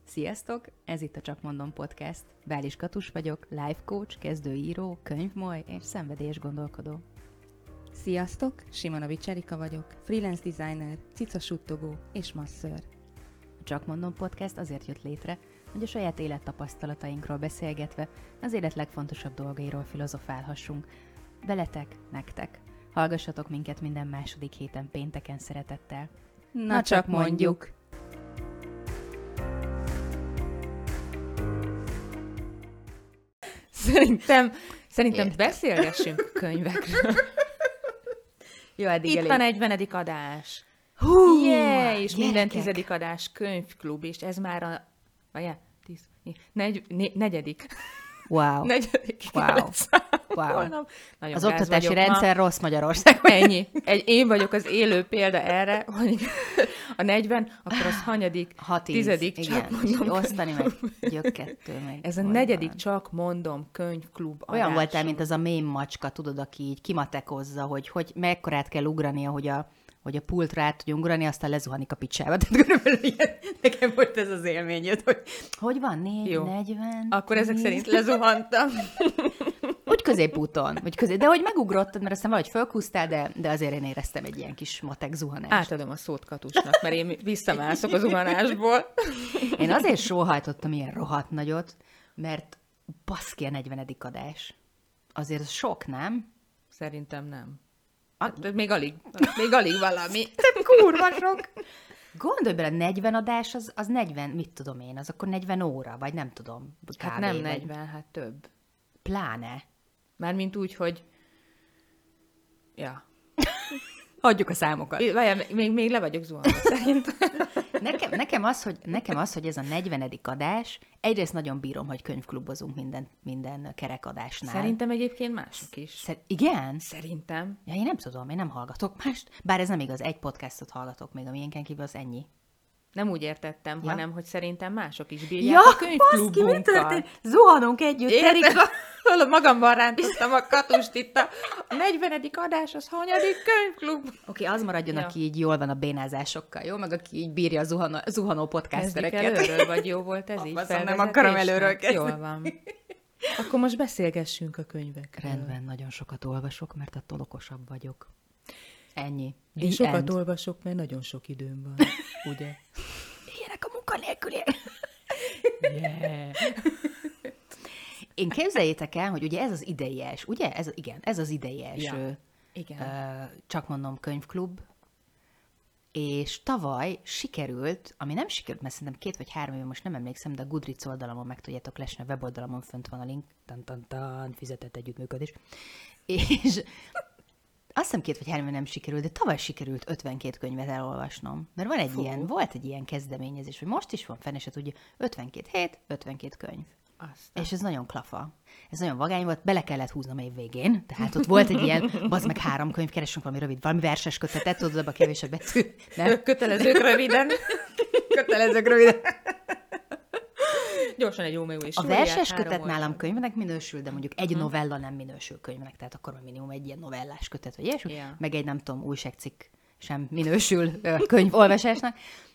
Sziasztok! Ez itt a Csak Mondom Podcast. Bális Katus vagyok, life coach, kezdőíró, könyvmoly és szenvedélyes gondolkodó. Sziasztok! Simonovics Erika vagyok, freelance designer, cicasuttogó és masször. A Csak Mondom Podcast azért jött létre, hogy a saját élettapasztalatainkról beszélgetve az élet legfontosabb dolgairól filozofálhassunk. Veletek, nektek. Hallgassatok minket minden második héten pénteken szeretettel. Na csak mondjuk! Szerintem beszélgessünk könyvekről. Jó, eddig Itt elég. van 40. adás. Hú, Yeah, és gyerekek. minden 10. adás könyvklub, és ez már a... Várjál, 10... Negyedik. Wow. Negyedik. Wow. Wow. Nagyon Az gáz oktatási vagyok rendszer rossz Magyarországon. Ennyi. Én vagyok az élő példa erre, hogy a 40, akkor az hanyadik, 6-10. tizedik, Igen, csak mondom. osztani meg gyökkettő meg. Ez a hol negyedik, van. csak mondom, könyvklub Olyan adásunk. voltál, mint az a mém macska, tudod, aki így kimatekozza, hogy mekkorát kell ugrania, hogy a pultra át tudjon ugrani, aztán lezuhanik a picsába. Tehát körülbelül ilyen, nekem volt ez az élményed, hogy van 4, Jó. 40... Akkor ezek 10. szerint lezuhantam. Úgy középúton, de hogy megugrottad, mert aztán valahogy fölkúztál, de azért én éreztem egy ilyen kis matek zuhanást. Átadom a szót Katusnak, mert én visszamászok a zuhanásból. Én azért sóhajtottam ilyen rohadt nagyot, mert baszki a 40. adás. Azért az sok, nem? Szerintem nem. Hát, még alig valami. Kurva sok! Gondolj bele, 40 adás, az 40, mit tudom én, az akkor 40 óra, vagy nem tudom. Hát kb. nem vagy 40, hát több. Pláne. Mármint úgy, hogy... Ja. Hagyjuk a számokat. Várjál, még le vagyok zuhanva, szerintem. Nekem az, hogy ez a 40. adás, egyrészt nagyon bírom, hogy könyvklubozunk minden kerekadásnál. Szerintem egyébként mások is. Igen? Szerintem. Ja, én nem tudom, én nem hallgatok mást. Bár ez nem igaz, egy podcastot hallgatok még, ami ilyenken kívül az ennyi. Nem úgy értettem, Ja. hanem, hogy szerintem mások is bírják a könyvklubunkat. Zuhanunk együtt, Erika. Magamban rántottam a Katust itt a 40. adás, az hanyadik könyvklub. Oké, az maradjon, Ja. aki így jól van a bénázásokkal, jó? Meg aki így bírja a zuhanó Kezdjük podcastereket. előről, vagy jó volt ez így Faszom, nem felvezetésnek? akarom előről kezdeni. Jól van. Akkor most beszélgessünk a könyvekről. Rendben, nagyon sokat olvasok, mert attól okosabb vagyok. Ennyi. Én The sokat end. olvasok, mert nagyon sok időm van, ugye? Ilyenek a munkanélküli. Yeah. Én képzeljétek el, hogy ugye ez az idei első, ugye? Ez az idei első, Ja. Igen. Csak mondom, könyvklub, és tavaly sikerült, ami nem sikerült, mert szerintem 2 vagy 3 éve, most nem emlékszem, de a Goodreads oldalamon meg tudjátok lesni, a weboldalamon fönt van a link, fizetett együttműködés, és azt hiszem 2 vagy 3 éve nem sikerült, de tavaly sikerült 52 könyvet elolvasnom. Mert van volt egy ilyen kezdeményezés, hogy most is van fenn, és hát ugye 52 hét, 52 könyv. Aztán. És ez nagyon klafa. Ez nagyon vagány volt, bele kellett húznom év végén. Tehát ott volt egy ilyen, bazd meg 3 könyv, keresünk valami rövid, valami verses kötetet, tudod, abba kevés a betű. Nem? Kötelezők röviden. Kötelezők röviden. Gyorsan egy Rómeó és A Júliát, verses 3 kötet oldal. nálam könyvnek minősül, de mondjuk egy novella nem minősül könyvnek, tehát akkor minimum egy ilyen novellás kötet, vagy ilyesmi, Ja. meg egy nem tudom, újságcikk sem minősül könyvolvasásnak.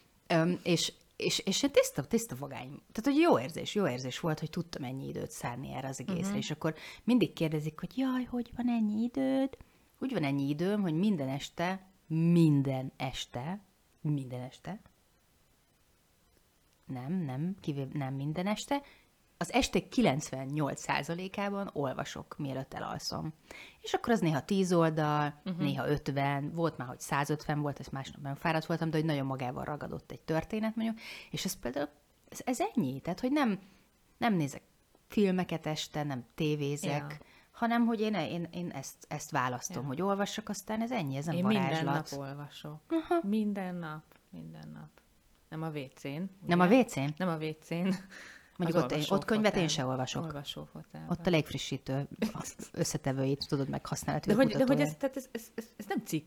És tiszta vagány. Tehát, hogy jó érzés volt, hogy tudtam ennyi időt szánni erre az egészre, és akkor mindig kérdezik, hogy jaj, hogy van ennyi időd? Úgy van ennyi időm, hogy minden este, nem minden este, az esték 98%-ában olvasok, mielőtt elalszom. És akkor az néha 10 oldal, néha 50, volt már, hogy 150 volt, ez másnap nagyon fáradt voltam, de hogy nagyon magával ragadott egy történet mondjuk, és ez például, ez ennyi, tehát, hogy nem nézek filmeket este, nem tévézek, hanem, hogy én ezt választom, hogy olvassak, aztán ez ennyi, ez nem Én varázslat. minden nap olvasok. Minden nap. Nem a WC-n. Nem a WC-n? Nem a WC-n. Mondjuk ott könyvet én se olvasok. Olvasófotelben. Ott a légfrissítő összetevőit tudod meg használati. De hogy ez nem ciki.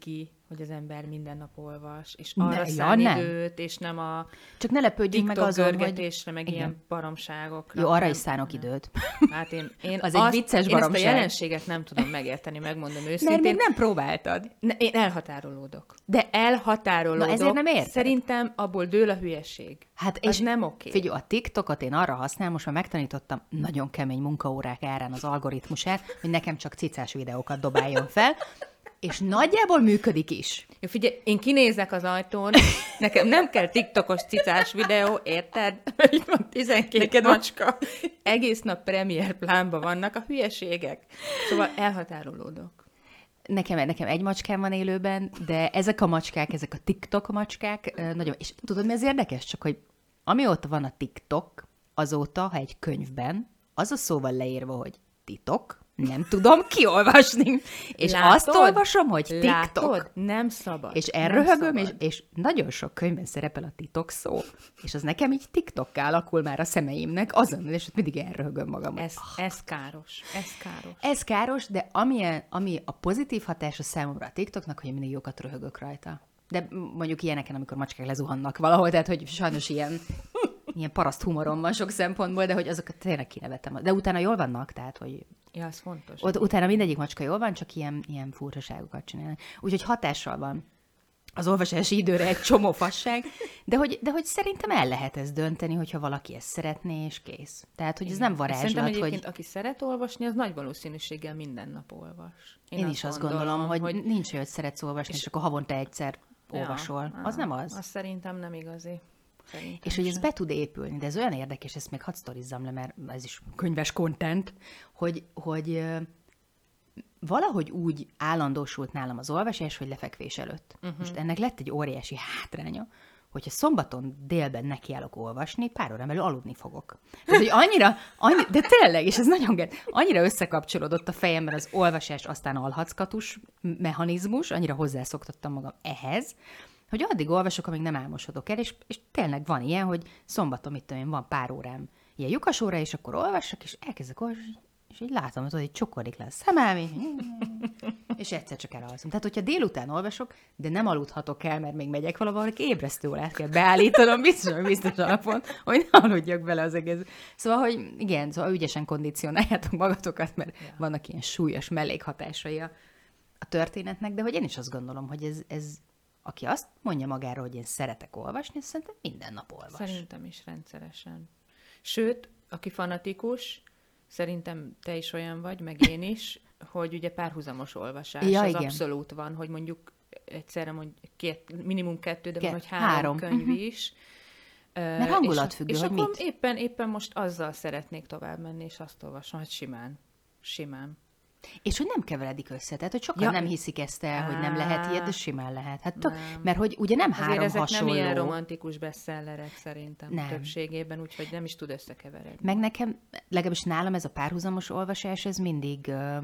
hogy az ember minden nap olvas, és arra nem. időt, és nem a Csak ne lepődjünk meg azon, hogy... görgetésre, meg igen. ilyen baromságokra. Jó, arra is szánok időt. Hát én Az egy vicces baromság. Én ezt a jelenséget nem tudom megérteni, megmondom őszintén. Mert még nem próbáltad. Én elhatárolódok. De elhatárolódok. Na ezért nem érted? Szerintem abból dől a hülyeség. Hát az és nem oké. Figyelj, a TikTokot én arra használom, most már megtanítottam nagyon kemény munkaórák árán az algoritmusát, hogy nekem csak cicás videókat dobáljon fel, és nagyjából működik is. Jó, figyelj, én kinézek az ajtón, nekem nem kell TikTokos cicás videó, érted? Mert itt van 12 macska. Egész nap premier plánban vannak a hülyeségek. Szóval elhatárolódok. Nekem egy macskám van élőben, de ezek a macskák, ezek a TikTok macskák, nagyon... És tudod, mi az érdekes? Csak, hogy amióta van a TikTok, azóta, ha egy könyvben, az a szóval leírva, hogy titok, nem tudom kiolvasni. És azt olvasom, hogy TikTok. Látod? Nem szabad. És elröhögöm, és nagyon sok könyvben szerepel a titok szó. És az nekem így TikTokká alakul már a szemeimnek azonnal, és ott mindig elröhögöm magam. Ez káros. Ez káros. Ez káros, de ami a pozitív hatása számomra a TikToknak, hogy mindig jókat röhögök rajta. De mondjuk ilyeneken, amikor macskák lezuhannak valahol, tehát hogy sajnos ilyen paraszt humorom van sok szempontból, de hogy azokat tényleg kinevetem. De utána jól vannak, tehát hogy... Ja, az fontos. Utána mindegyik macska jól van, csak ilyen furcsaságokat csinálnak. Úgyhogy hatással van az olvasási időre egy csomó fasság, de hogy szerintem el lehet ezt dönteni, hogyha valaki ezt szeretné, és kész. Tehát, hogy ez nem varázslat, szerintem hogy... egyébként, aki szeret olvasni, az nagy valószínűséggel minden nap olvas. Én is azt gondolom, hogy nincs olyan, hogy szeretsz olvasni, és akkor havonta egyszer olvasol. Ja, az nem az. Az szerintem nem igazi. Szerintem és hogy ez be tud épülni, de ez olyan érdekes, ezt még hadd sztorizzam le, mert ez is könyves content, hogy valahogy úgy állandósult nálam az olvasás, hogy lefekvés előtt. Most ennek lett egy óriási hátránya, hogyha szombaton délben nekiállok olvasni, pár órán belül aludni fogok. Tehát, hogy annyira, de tényleg, és ez nagyon annyira összekapcsolódott a fejemben az olvasás, aztán alhackatus mechanizmus, annyira hozzászoktattam magam ehhez, hogy addig olvasok, amíg nem álmosodok el, és tényleg van ilyen, hogy szombaton, mit tudom én, van pár órám ilyen lyukasóra, és akkor olvasok, és elkezdek olvasni, és így látom, hogy csokorik le a szemem, és egyszer csak elalszom. Tehát, hogyha délután olvasok, de nem aludhatok el, mert még megyek valahol, ébresztő órát kell beállítanom, biztos alapon, hogy ne aludjak bele az egész. Szóval, hogy igen, szóval ügyesen kondicionáljátok magatokat, mert vannak ilyen súlyos mellékhatásai a történetnek, de hogy én is azt gondolom, hogy ez aki azt mondja magáról, hogy én szeretek olvasni, szerintem minden nap olvas. Szerintem is rendszeresen. Sőt, aki fanatikus, szerintem te is olyan vagy, meg én is, hogy ugye párhuzamos olvasás. Ja, az igen. abszolút van, hogy mondjuk egyszerre minimum 2, de van, hogy 3 könyv is. Mert hangulatfüggő, és hogy akkor mit? éppen most azzal szeretnék tovább menni, és azt olvasom, hogy simán. És hogy nem keveredik össze, tehát hogy sokan nem hiszik ezt el, hogy nem lehet ilyet, de simán lehet. Hát mert hogy ugye nem azért három ezek hasonló. nem ilyen romantikus bestsellerek szerintem nem. Többségében, úgyhogy nem is tud összekeveredni. Meg nekem, legalábbis nálam ez a párhuzamos olvasás, ez mindig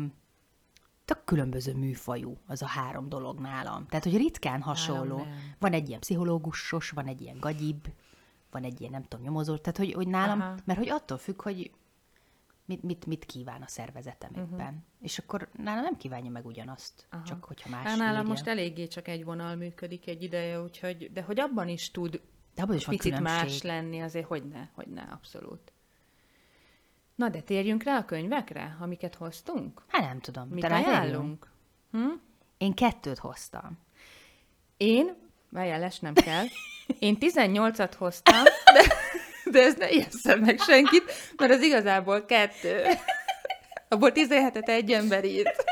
tök különböző műfajú, az a 3 dolog nálam. Tehát, hogy ritkán hasonló. Van egy ilyen pszichológusos, van egy ilyen gagyibb, van egy ilyen, nem tudom, nyomozó. Tehát, hogy nálam, mert hogy attól függ, hogy mit kíván a szervezetem éppen. És akkor nálam nem kívánja meg ugyanazt, csak hogyha más nálam írja. most eléggé csak egy vonal működik egy ideje, úgyhogy, de hogy abban is tud is picit más lenni, azért hogyne, abszolút. Na, de térjünk rá a könyvekre, amiket hoztunk? Hát nem tudom. Mit ajánlunk? Én 2 hoztam. Várjál, nem kell. Én 18-at hoztam, de ez ne ijesszem meg senkit, mert az igazából 2. Abból 17-et egy ember írt.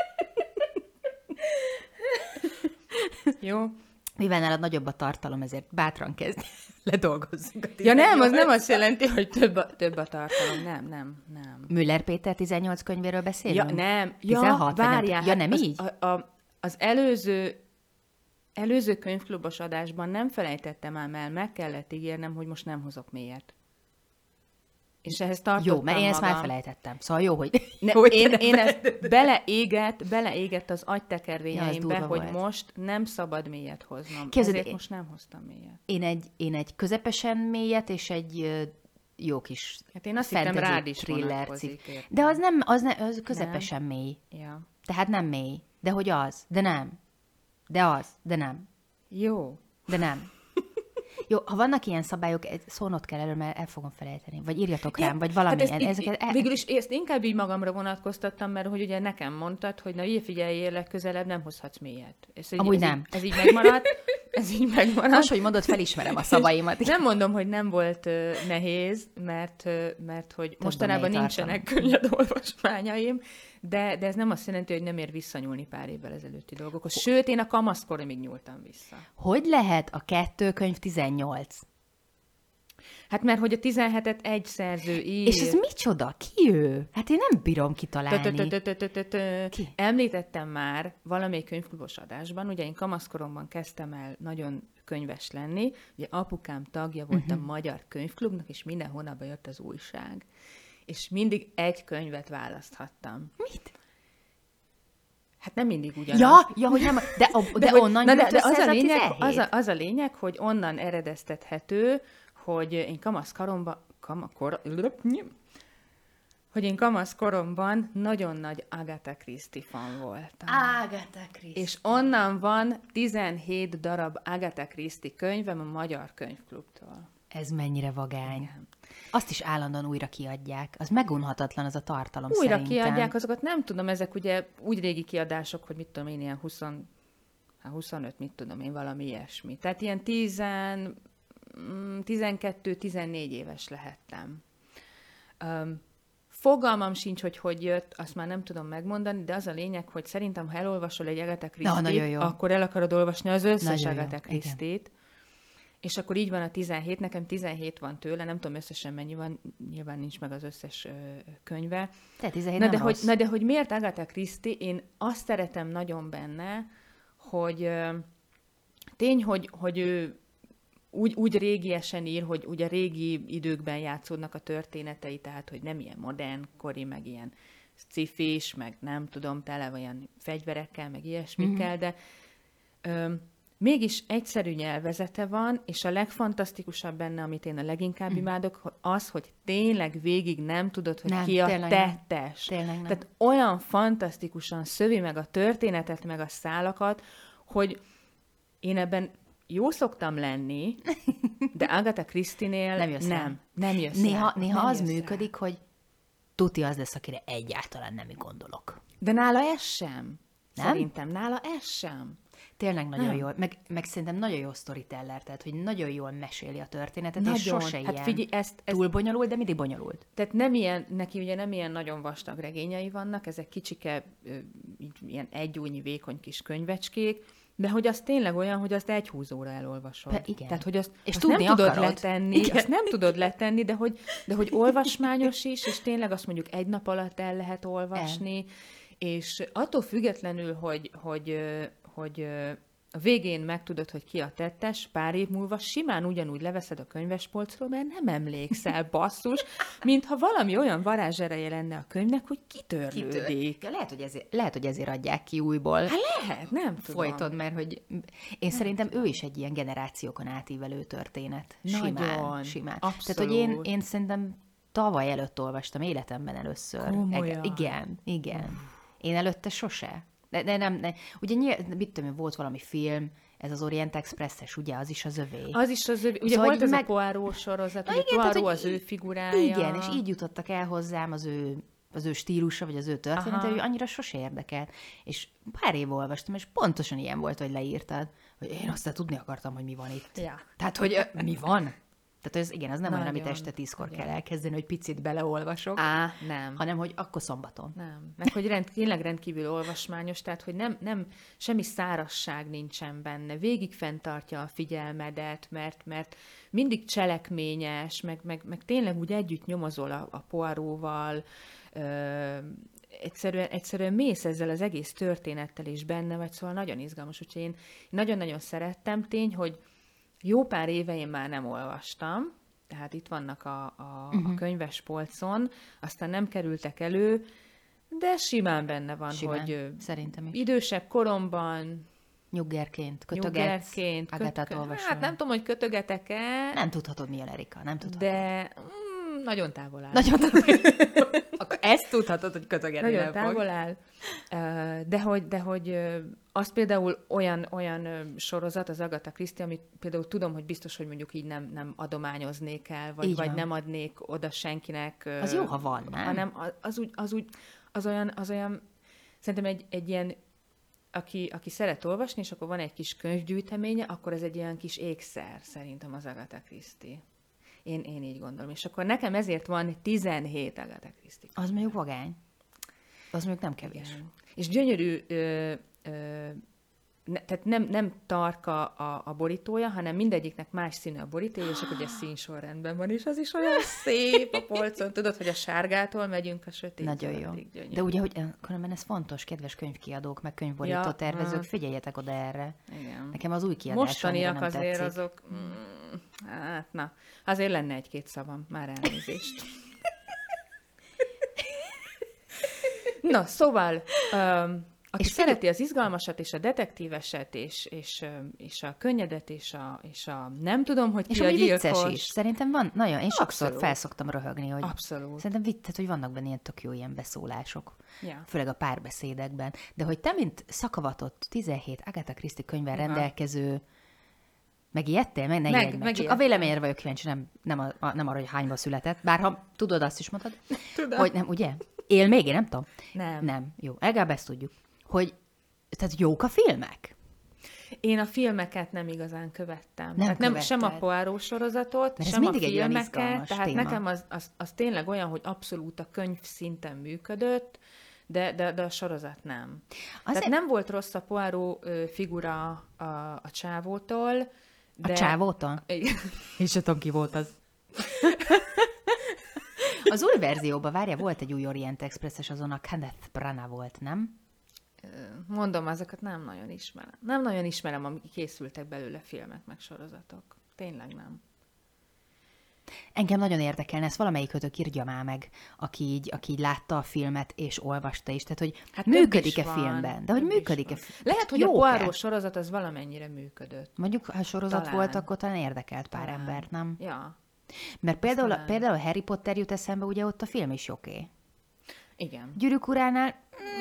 Jó. Mivel nálad nagyobb a tartalom, ezért bátran kezd ledolgozzunk a 18. Ja nem, az nem azt jelenti, hogy több a tartalom. Nem. Müller Péter 18 könyvéről beszélünk? Ja, nem. 16, várjál. Ja, nem így? Az előző könyvklubos adásban nem felejtettem ám el, meg kellett ígérnem, hogy most nem hozok mélyet. És ehhez tartottam Jó, mert én ezt magam. már felejtettem. Szóval jó, hogy... Én ezt beleégett az agytekervényeimbe, hogy volt. Most nem szabad mélyet hoznom. Ezért most nem hoztam mélyet. Én egy közepesen mélyet, és egy jó kis hát én azt hittem rád is vonatkozik. De az közepesen mély. Ja. Tehát nem mély. De hogy az. De nem. De nem. Jó. De nem. Jó, ha vannak ilyen szabályok, szólnod kell előre, mert el fogom felejteni. Vagy írjatok rám, vagy valamilyen. Hát végül is ezt inkább így magamra vonatkoztattam, mert hogy ugye nekem mondtad, hogy na figyelj, legközelebb nem hozhatsz mélyet. Amúgy nem. Ez így megmaradt. Ez így megmaradt. Most, hogy mondod, felismerem a szavaimat. Nem mondom, hogy nem volt nehéz, mert hogy mostanában nincsenek könnyed olvasmányaim, de ez nem azt jelenti, hogy nem ér visszanyúlni pár évvel ezelőtti dolgokhoz. Sőt, én a kamaszkoromig nyúltam vissza. Hogy lehet a 2 könyv 18? Hát mert hogy a 17-et egy szerző ír. És ez micsoda? Ki ő? Hát én nem bírom kitalálni. Ki? Említettem már valamelyik könyvklubos adásban, ugye én kamaszkoromban kezdtem el nagyon könyves lenni, ugye apukám tagja volt a Magyar Könyvklubnak, és minden hónapban jött az újság. És mindig egy könyvet választhattam. Mit? Hát nem mindig ugyanaz. Ja, hogy nem, de onnan jött össze ez a 17? Az a lényeg, hogy onnan eredeztethető, hogy én kamaszkoromban nagyon nagy Agatha Christie fan voltam. Agatha Christie. És onnan van 17 darab Agatha Christie könyvem a Magyar Könyvklubtól. Ez mennyire vagány. Igen. Azt is állandóan újra kiadják. Az megunhatatlan az a tartalom Újra szerintem. kiadják, azokat nem tudom, ezek ugye úgy régi kiadások, hogy mit tudom én, ilyen 25, mit tudom én, valami ilyesmi. Tehát ilyen 12-14 éves lehettem. Fogalmam sincs, hogy jött, azt már nem tudom megmondani, de az a lényeg, hogy szerintem, ha elolvasol egy Agatha Christie-t, akkor el akarod olvasni az összes Agatha Christie-t. És akkor így van a 17, nekem 17 van tőle, nem tudom összesen mennyi van, nyilván nincs meg az összes könyve. Te 17 de hogy miért Agatha Christie? Én azt szeretem nagyon benne, hogy tény, hogy ő úgy régiesen ír, hogy ugye régi időkben játszódnak a történetei, tehát hogy nem ilyen modern kori, meg ilyen sci-fis, meg nem tudom, tele olyan fegyverekkel, meg ilyesmikkel, de mégis egyszerű nyelvezete van, és a legfantasztikusabb benne, amit én a leginkább imádok, az, hogy tényleg végig nem tudod, hogy ki a tettes. Tehát olyan fantasztikusan szövi meg a történetet, meg a szálakat, hogy én ebben jó szoktam lenni, de Agatha Christie-nél nem jössz Néha az működik, hogy tuti az lesz, akire egyáltalán nem gondolok. De nála ez sem. Nem? Szerintem nála ez sem. Tényleg nagyon jól, meg szerintem nagyon jó storyteller, tehát hogy nagyon jól meséli a történetet, nagyon, és sose hát ilyen figyelj, túl bonyolult, de mindig bonyolult. Tehát neki ugye nem ilyen nagyon vastag regényei vannak, ezek kicsike, ilyen egyújnyi vékony kis könyvecskék, de hogy az tényleg olyan, hogy azt egy húzóra elolvasod. Igen. Tehát, hogy azt tudni nem tudod akarod. letenni, Igen. azt nem tudod letenni, de hogy olvasmányos is, és tényleg azt mondjuk egy nap alatt el lehet olvasni, és attól függetlenül, hogy a végén megtudod, hogy ki a tettes, pár év múlva simán ugyanúgy leveszed a könyvespolcról, mert nem emlékszel, basszus, mintha valami olyan varázsereje lenne a könyvnek, hogy kitörlődik. Ja, lehet, hogy ezért adják ki újból. Hát lehet, nem tudom. Folyton, mert hogy én szerintem ő is egy ilyen generációkon átívelő történet. Nagyon. Simán. Abszolút. Tehát, hogy én szerintem tavaly előtt olvastam életemben először. Komolyan? Igen. Én előtte sose. De nem. Ugye mit tudom, volt valami film, ez az Orient Express-es, ugye, az is az övé. Az is az övé. Ugye szóval volt ez a Poirot sorozat, ugye Poirot az ő figurája. Igen, és így jutottak el hozzám az ő stílusa, vagy az ő története, hogy annyira sose érdekelt. És pár év olvastam, és pontosan ilyen volt, hogy leírtad, hogy én aztán tudni akartam, hogy mi van itt. Ja. Tehát, hogy mi van? Tehát az nem olyan, amit este 10-kor kell elkezdeni, hogy picit beleolvasok. Nem. Hanem, hogy akkor szombaton. Nem. Meg, hogy tényleg rendkívül olvasmányos, tehát, hogy nem semmi szárazság nincsen benne. Végig fenntartja a figyelmedet, mert mindig cselekményes, meg tényleg úgy együtt nyomozol a Poirotval, egyszerűen mész ezzel az egész történettel is benne vagy, szóval nagyon izgalmas. Úgyhogy én nagyon-nagyon szerettem. Tény, hogy jó pár éve én már nem olvastam, tehát itt vannak a könyves polcon, aztán nem kerültek elő, de simán benne van, hogy szerintem is. Idősebb koromban Nyuggerként, Agatát olvasol. Hát nem tudom, hogy kötögetek-e. Nem tudhatod, milyen Erika, nem tudhatod. De Nagyon távol áll. Nagyon Akkor ezt tudhatod, hogy kötögetni Nagyon nem fog. távol áll. De hogy az például olyan sorozat, az Agatha Christie, amit például tudom, hogy biztos, hogy mondjuk így nem adományoznék el, Így vagy van. nem adnék oda senkinek. Az jó, ha van, nem? Hanem az olyan szerintem egy ilyen, aki szeret olvasni, és akkor van egy kis könyvgyűjteménye, akkor ez egy ilyen kis ékszer szerintem az Agatha Christie. Én így gondolom. És akkor nekem ezért van 17 Agatha Christie. Az mondjuk vagány. Az mondjuk nem kevés. Igen. És gyönyörű, tehát nem tarka a borítója, hanem mindegyiknek más színű a borítója, és akkor ugye színsorrendben van, és az is olyan szép a polcon. Tudod, hogy a sárgától megyünk a sötét. Nagyon jó. De ugye, hogy különben ez fontos, kedves könyvkiadók, meg könyvborító tervezők, figyeljetek oda erre. Igen. Nekem az új kiadás Mostaniak nem azért tetszik. azok, hát na, azért lenne egy-két szavam, már elnézést. Na, szóval, aki És szereti az izgalmasat, és a detektíveset, és a könnyedet, és a nem tudom, hogy És ki a ami vicces gyilkos. is. Szerintem van, nagyon, én sokszor Abszolút. felszoktam röhögni, hogy Abszolút. szerintem vicces, hogy vannak benne ilyen tök jó ilyen beszólások. Ja. Főleg a párbeszédekben. De hogy te, mint szakavatott 17 Agatha Christie könyvvel rendelkező, megijedtél? Ne ijedj meg. Csak a megijedtem. véleményre vagyok kíváncsi, nem arra, hogy hányba született. Bár ha tudod, azt is mondtad. Tudom. Hogy nem, ugye? Él még, én nem tudom. Nem. Nem. Jó, legalább ezt tudjuk. Hogy, tehát jók a filmek? Én a filmeket nem igazán követtem. Nem Tehát sem a követted. Poirot sorozatot, Mert ez sem a mindig egy olyan filmeket. izgalmas Tehát téma. nekem az tényleg olyan, hogy abszolút a könyv szinten működött, de a sorozat nem. Tehát nem volt rossz a Poirot figura a csávótól, de... A csávóta? Igen. Én sem tudom, ki volt az. Az új verzióban, várja, volt egy új Orient Express-es, azon a Kenneth Branagh volt, nem? Mondom, azokat nem nagyon ismerem. Nem nagyon ismerem, amik készültek belőle filmek, meg sorozatok. Tényleg nem. Engem nagyon érdekelne, ezt valamelyikötök írja már meg, aki így látta a filmet és olvasta is. Tehát, hogy Hát több működik-e is van, filmben? De hogy több is működik-e? van. Lehet, hogy a Poirot sorozat az valamennyire működött. Mondjuk, ha sorozat Talán. volt, akkor talán érdekelt pár Talán. embert, nem? Ja. Mert például, talán. például a Harry Potter jut eszembe, ugye ott a film is oké. Igen. Gyűrűk uránál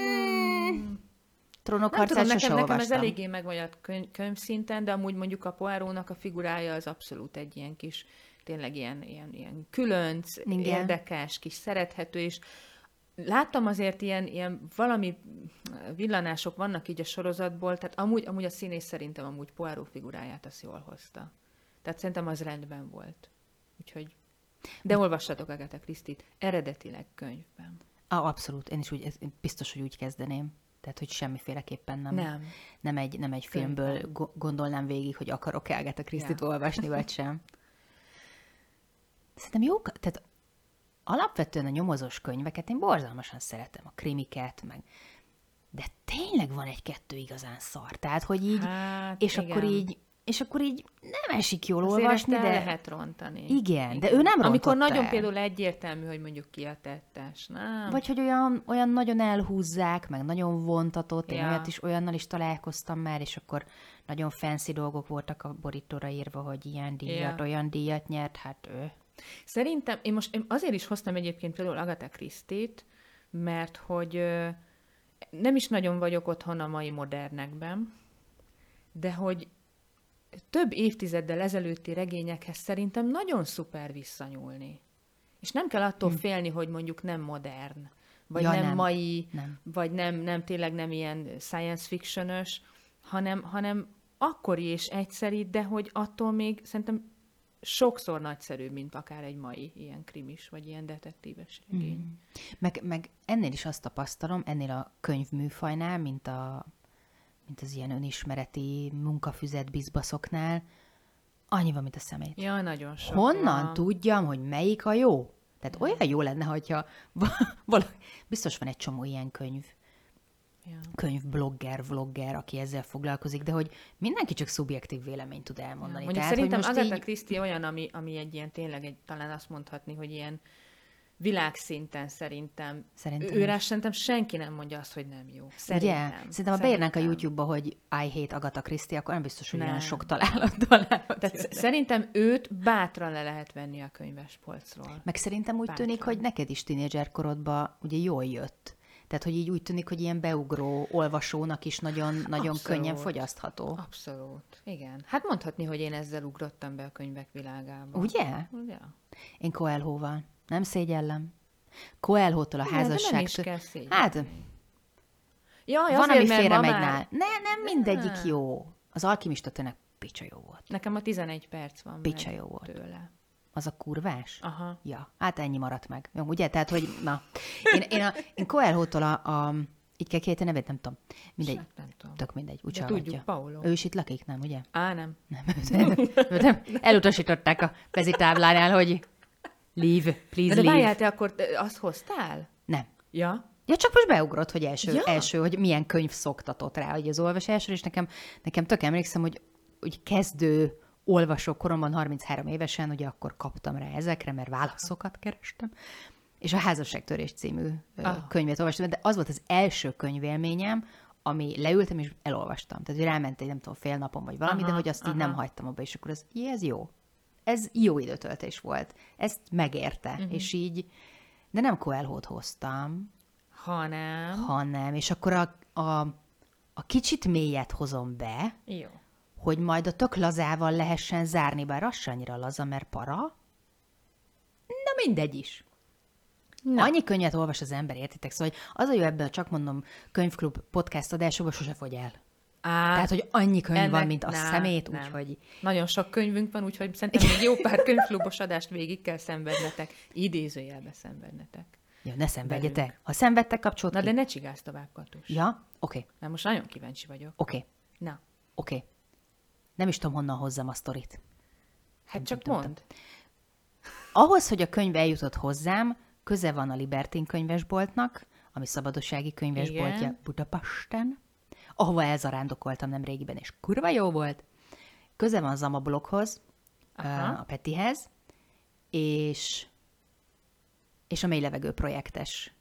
Trónok Nem tudom, harcát sose nekem ez olvastam. eléggé megvagyat könyvszinten, de amúgy mondjuk a Poirotnak a figurája az abszolút egy ilyen kis, tényleg ilyen különc, Igen. érdekes, kis szerethető, és láttam azért ilyen valami villanások vannak így a sorozatból, tehát amúgy a színész szerintem amúgy Poirot figuráját azt jól hozta. Tehát szerintem az rendben volt. Úgyhogy... De olvassatok Agatha Christie-t eredetileg könyvben. Abszolút, én is úgy, biztos, hogy úgy kezdeném. Tehát, hogy semmiféleképpen nem egy filmből gondolnám végig, hogy akarok-e Agatha Christie-t olvasni, vagy sem. Szerintem jók, tehát alapvetően a nyomozós könyveket én borzalmasan szeretem, a krimiket, meg de tényleg van egy-kettő igazán szar. Tehát, hogy így, Hát, és igen. akkor így nem esik jól Azért olvasni, ezt el de... lehet rontani. Igen, de ő nem rontotta Amikor nagyon el. például egyértelmű, hogy mondjuk ki a tettes, nem? Vagy hogy olyan nagyon elhúzzák, meg nagyon vontatott, én Ja. olyannal is találkoztam már, és akkor nagyon fancy dolgok voltak a borítóra írva, hogy ilyen díjat, Ja. olyan díjat nyert, hát ő. Szerintem, én azért is hoztam egyébként például Agatha Christie-t, mert hogy nem is nagyon vagyok otthon a mai modernekben, de hogy több évtizeddel ezelőtti regényekhez szerintem nagyon szuper visszanyúlni. És nem kell attól félni, hogy mondjuk nem modern, vagy Ja, nem nem. mai, Nem. vagy nem tényleg nem ilyen science fiction-ös, hanem akkori és egyszeri, de hogy attól még szerintem sokszor nagyszerűbb, mint akár egy mai ilyen krimis, vagy ilyen detektíves regény. Meg ennél is azt tapasztalom, ennél a könyvműfajnál, mint az ilyen önismereti munkafüzet bizbaszoknál, annyi van, mint a szemét. Ja, nagyon sok. Honnan van. tudjam, hogy melyik a jó? Tehát olyan jó lenne, hogyha biztos van egy csomó ilyen Ja. könyvblogger, vlogger, aki ezzel foglalkozik, de hogy mindenki csak szubjektív véleményt tud elmondani. Mondjuk Tehát, szerintem hogy most Agatha így... Christie olyan, ami egy ilyen tényleg talán azt mondhatni, hogy ilyen világszinten szerintem. Szerintem Őrá is. szerintem senki nem mondja azt, hogy nem jó. Ugye? Szerintem. Szerintem, ha beírnánk a YouTube-ba, hogy I hate Agatha Christie, akkor nem biztos, hogy olyan Nem. sok találattal. Tehát szerintem őt bátran le lehet venni a könyvespolcról. Meg szerintem úgy Bátran. tűnik, hogy neked is tínédzserkorodban ugye jól jött. Tehát, hogy így úgy tűnik, hogy ilyen beugró olvasónak is nagyon, nagyon Abszolút. könnyen fogyasztható. Abszolút. Igen. Hát mondhatni, hogy én ezzel ugrottam be a könyvek világába. Ugye? Ugye? Én Coelhoval. Nem szégyellem. Coelhótól a De nem házasságtól. is kell szégyelni. Hát, Jaj, van, azért, ami mert félre ma megy már... nál. Nem mindegyik jó. Az alkimista tényleg picsa jó volt. Nekem a 11 perc van Picsa meg jó volt. tőle. Az a kurvás? Aha. Ja, hát ennyi maradt meg. Jó, ugye? Tehát, hogy na. Én Coelhótól így kell kiejteni nevét, nem tudom. Mindegy. Hát nem tudom. Tök mindegy, úgy De hallgatja. tudjuk, Paulo. Ő is itt lakik, nem, ugye? Á, nem. Nem. Elutasították a vezitáblánál, hogy leave, please De leave. várjál, te akkor azt hoztál? Nem. Ja? Ja, csak most beugrott, hogy Ja. első, hogy milyen könyv szoktatott rá, hogy az olvasásra, és nekem tök emlékszem, hogy kezdő olvasó koromban, 33 évesen, ugye akkor kaptam rá ezekre, mert válaszokat kerestem, és a Házasságtörés című könyvet olvastam, de az volt az első könyvélményem, ami leültem és elolvastam. Tehát, hogy ráment egy, nem tudom, fél napon vagy valami, de hogy azt így nem hagytam abba, és akkor ez jó. Ez jó időtöltés volt. Ezt megérte. És így, de nem Coelhót hoztam, hanem, és akkor a kicsit mélyet hozom be, Jó. hogy majd a tök lazával lehessen zárni, bár az se annyira laza, mert para. Na mindegy is. Na. Annyi könyvet olvas az ember, értitek? Szóval hogy az a jó ebben a Csak mondom könyvklub podcast adásokban sose fogy el. Tehát, hogy annyi könyv van, mint a szemét, úgyhogy... Nagyon sok könyvünk van, úgyhogy szerintem még jó pár könyvklubos adást végig kell szenvednetek. Idézőjelbe szenvednetek. Ja, ne szenvedjetek. Ha szenvedtek, kapcsolt Na, ki. de ne csigázz tovább, Katus. Ja? Oké. Mert most nagyon kíváncsi vagyok. Oké. Na, Oké. Nem is tudom, honnan hozzam a sztorit. hát csak tudom. mondd. Ahhoz, hogy a könyv eljutott hozzám, köze van a Libertin könyvesboltnak, ami szabadossági könyvesboltja Igen. Budapesten, ahova elzarándokoltam nemrégiben, és kurva jó volt. Köze van Zama bloghoz, a Petihez, és a Mély Levegő projektes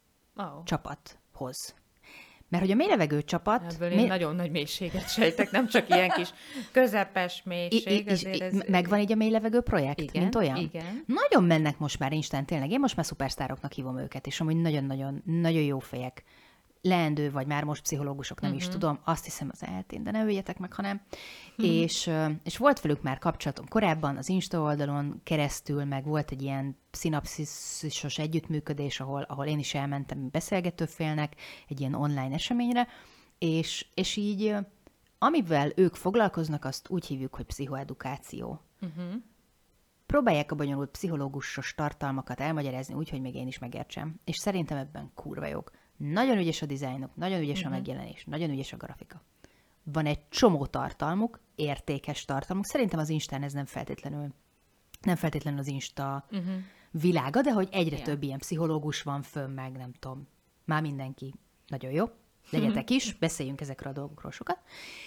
csapathoz. Mert hogy a Mély Levegő csapat... Ebből én nagyon nagy mélységet sejtek, nem csak ilyen kis közepes mélység. Megvan így a Mély Levegő projekt, Igen, mint olyan? igen. Nagyon mennek most már Instán, tényleg. Én most már szupersztároknak hívom őket, és amúgy nagyon-nagyon nagyon jó fejek. Leendő, vagy már most pszichológusok, nem is tudom, azt hiszem az eltén, de ne öljetek meg, hanem. És volt velük már kapcsolatom korábban, az Insta oldalon keresztül, meg volt egy ilyen szinapszisos együttműködés, ahol én is elmentem beszélgetőfélnek egy ilyen online eseményre, és így, amivel ők foglalkoznak, azt úgy hívjuk, hogy pszichoedukáció. Próbálják a bonyolult pszichológusos tartalmakat elmagyarázni úgy, hogy még én is megértsem. És szerintem ebben kurva jók. Nagyon ügyes a dizájnok, nagyon ügyes a megjelenés, nagyon ügyes a grafika. Van egy csomó tartalmuk, értékes tartalmuk. Szerintem az Instán ez nem feltétlenül az Insta világa, de hogy egyre több ilyen pszichológus van fönn, meg nem tudom. Már mindenki. Nagyon jó. Legyetek is, beszéljünk ezekről a dolgokról sokat.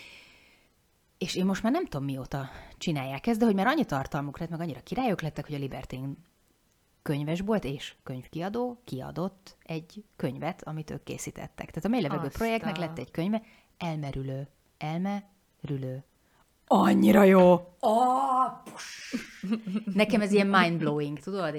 És én most már nem tudom, mióta csinálják ezt, de hogy már annyi tartalmuk lett, meg annyira királyok lettek, hogy a Libertin könyvesbolt és könyvkiadó kiadott egy könyvet, amit ők készítettek. Tehát a Mély Levegő projektnek lett egy könyve, Elmerülő. Annyira jó! Nekem ez ilyen mind-blowing, tudod?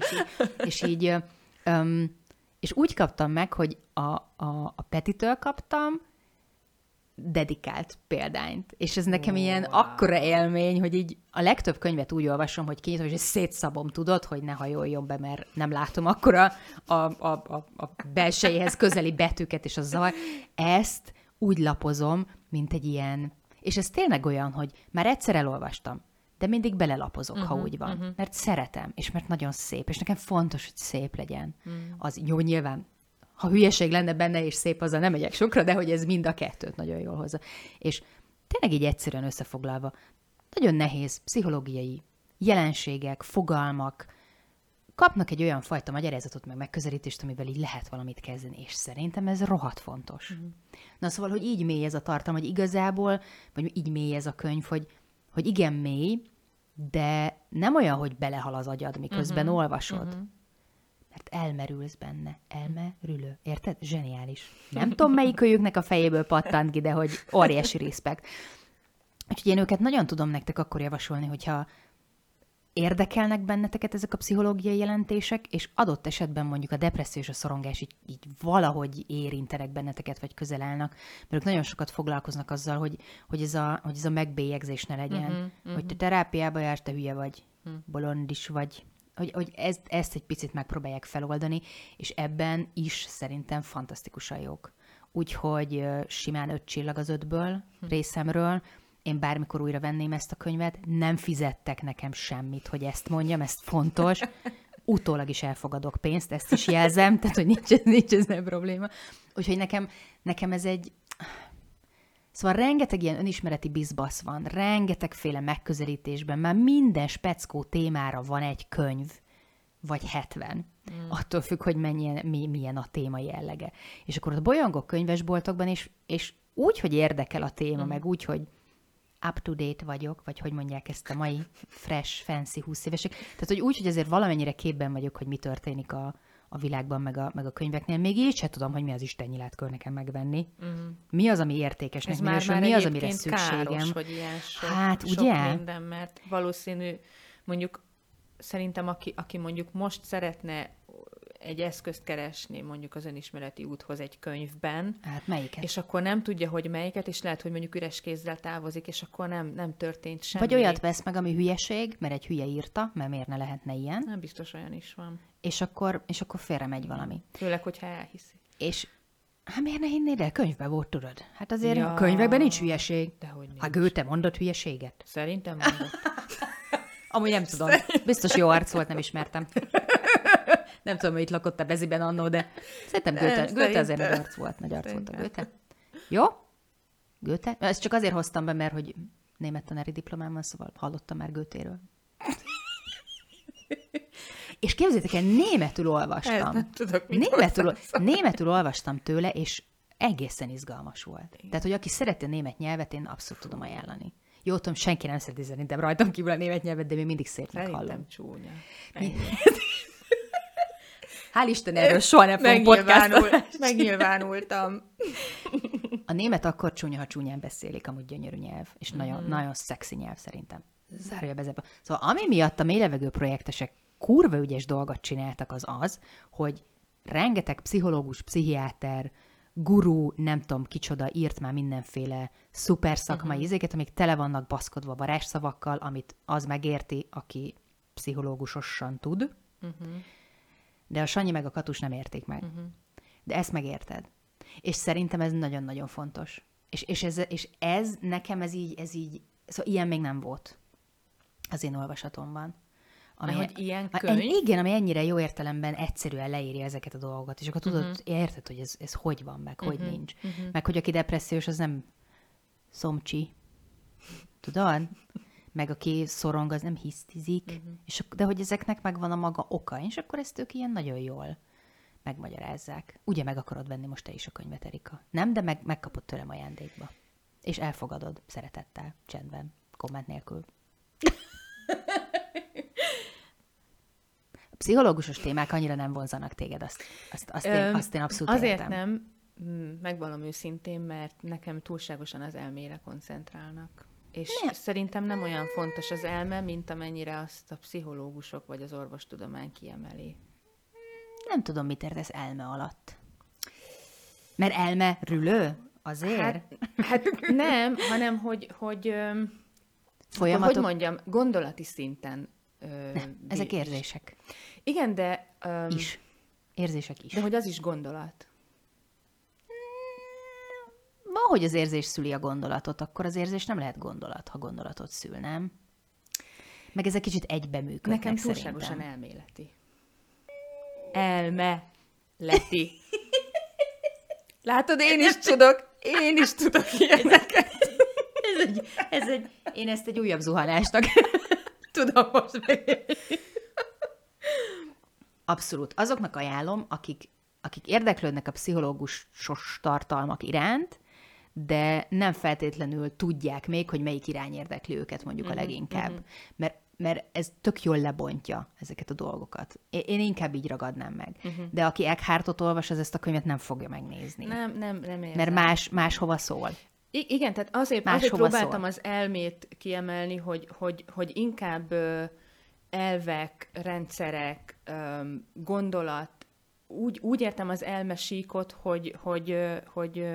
És úgy kaptam meg, hogy a Petitől kaptam dedikált példányt. És ez nekem ilyen akkora élmény, hogy így a legtöbb könyvet úgy olvasom, hogy kinyitom, és szétszabom, tudod, hogy ne hajoljon be, mert nem látom akkora a belsejéhez közeli betűket és a zavar. Ezt úgy lapozom, mint egy ilyen... És ez tényleg olyan, hogy már egyszer elolvastam, de mindig belelapozok, ha úgy van. Mert szeretem, és mert nagyon szép, és nekem fontos, hogy szép legyen. Az jó, nyilván, ha hülyeség lenne benne, és szép, azzal nem megyek sokra, de hogy ez mind a kettőt nagyon jól hozza. És tényleg így egyszerűen összefoglalva, nagyon nehéz pszichológiai jelenségek, fogalmak kapnak egy olyan fajta magyarázatot, meg megközelítést, amivel így lehet valamit kezdeni, és szerintem ez rohadt fontos. Na szóval, hogy így mély ez a tartalom, hogy igazából, vagy így mély ez a könyv, hogy igen mély, de nem olyan, hogy belehal az agyad, miközben olvasod. Mert elmerülsz benne. Elmerülő. Érted? Zseniális. Nem tudom, melyik kölyüknek a fejéből pattant ki, de hogy óriási respekt. Úgyhogy én őket nagyon tudom nektek akkor javasolni, hogyha érdekelnek benneteket ezek a pszichológiai jelentések, és adott esetben mondjuk a depresszió és a szorongás így valahogy érintenek benneteket, vagy közel állnak, mert ők nagyon sokat foglalkoznak azzal, hogy ez a megbélyegzés ne legyen. Hogy te terápiába jársz, te hülye vagy, bolond is vagy. Hogy ezt egy picit megpróbálják feloldani, és ebben is szerintem fantasztikusan jók. Úgyhogy simán 5 csillag az 5-ből részemről. Én bármikor újra venném ezt a könyvet, nem fizettek nekem semmit, hogy ezt mondjam, ez fontos. Utólag is elfogadok pénzt, ezt is jelzem, tehát hogy nincs ezzel probléma. Úgyhogy nekem ez egy... Szóval rengeteg ilyen önismereti bizbasz van, rengetegféle megközelítésben, már minden speckó témára van egy könyv, vagy 70. Attól függ, hogy milyen a téma jellege. És akkor ott bolyongok könyvesboltokban, és úgy, hogy érdekel a téma, meg úgy, hogy up-to-date vagyok, vagy hogy mondják ezt a mai fresh, fancy 20 évesek. Tehát, hogy úgy, hogy azért valamennyire képben vagyok, hogy mi történik a világban, meg a könyveknél. Még így sem tudom, hogy mi az Isten nyilát kell nekem megvenni. Mi az, ami értékesnek minősül, mi az, amire szükségem. Káros, hogy ilyen sok, hát, sok ugye? minden, mert valószínű, mondjuk szerintem, aki mondjuk most szeretne egy eszközt keresni mondjuk az önismereti úthoz egy könyvben, Hát melyiket? és akkor nem tudja, hogy melyiket, és lehet, hogy mondjuk üres kézzel távozik, és akkor nem történt semmi. Vagy olyat vesz meg, ami hülyeség, mert egy hülye írta, mert miért ne lehetne ilyen. Nem biztos olyan is van. És akkor félre megy valami. Főleg, hogyha elhiszi. És hát miért ne hinnéd el? Könyvben volt, tudod. Hát azért Ja. a könyvekben nincs hülyeség. Dehogy nincs. Ha Goethe mondott hülyeséget? Szerintem mondott. Amúgy nem tudom. Biztos jó arc volt, nem ismertem. Nem tudom, hogy itt lakott a Beziben annó, de szerintem Goethe azért nagy arc volt. Nagy arc volt a Goethe. Jó? Goethe? Ezt csak azért hoztam be, mert hogy német tanári diplomám van, szóval hallottam már Goethéről. És képzeljétek el, németül olvastam. Nem tudok, mit Németül olvastam tőle, és egészen izgalmas volt. Tehát, hogy aki szereti a német nyelvet, én abszolút tudom ajánlani. Jó, tudom, senki nem szereti szerintem rajtam kívül a német nyelvet, de még mindig szépnek hallom. Szerintem csúnya. Hál' Isten, erről soha nem fogom podcastot. Megnyilvánultam. A német akkor csúnya, ha csúnyán beszélik, amúgy gyönyörű nyelv, és nagyon, nagyon szexi nyelv szerintem. Zárja be. Szóval ami miatt a mélylevegő projektesek kurva ügyes dolgot csináltak, az, hogy rengeteg pszichológus, pszichiáter, guru, nem tudom kicsoda, írt már mindenféle szuper szakmai izéket, amik tele vannak baszkodva varázsszavakkal, amit az megérti, aki pszichológusosan tud. De a Sanyi meg a Katus nem érték meg. De ezt megérted. És szerintem ez nagyon-nagyon fontos. És ez nekem ez így, szóval ilyen még nem volt az én olvasatomban. Hogy ilyen könyv? Igen, ami ennyire jó értelemben egyszerűen leírja ezeket a dolgokat, és akkor tudod, érted, hogy ez hogy van, meg hogy nincs. Meg hogy aki depressziós, az nem szomcsi. Tudod? Meg aki szorong, az nem hisztizik. De hogy ezeknek megvan a maga oka, és akkor ezt ők ilyen nagyon jól megmagyarázzák. Ugye meg akarod venni most te is a könyvet, Erika? Nem, de megkapod tőlem ajándékba. És elfogadod szeretettel, csendben, komment nélkül. A pszichológusos témák annyira nem vonzanak téged, azt én abszolút azért értem. nem, megvallom őszintén, mert nekem túlságosan az elmére koncentrálnak. És szerintem nem olyan fontos az elme, mint amennyire azt a pszichológusok vagy az orvostudomány kiemeli. Nem tudom, mit értesz elme alatt. Mert elme rülő? Azért? Hát nem, hanem hogy folyamatok... hogy mondjam, gondolati szinten. Ezek érzések. Igen, de... is. Érzések is. De hogy az is gondolat. Ahogy az érzés szüli a gondolatot, akkor az érzés nem lehet gondolat, ha gondolatot szül, nem? Meg ezek kicsit egybe működnek. Nekem túlságosan elméleti. Elme-leti. Látod, én is tudok ilyeneket. Én ezt egy újabb zuhanásnak tudom most meg. Abszolút. Azoknak ajánlom, akik érdeklődnek a pszichológusos tartalmak iránt, de nem feltétlenül tudják még, hogy melyik irány érdekli őket mondjuk a leginkább. Mert mert ez tök jól lebontja ezeket a dolgokat. Én inkább így ragadnám meg. De aki Eckhartot olvas, az ezt a könyvet nem fogja megnézni. Nem érzem. Mert máshova szól. Igen, tehát azért próbáltam az elmét kiemelni, hogy inkább elvek, rendszerek, gondolat, úgy értem az elmesíkot, hogy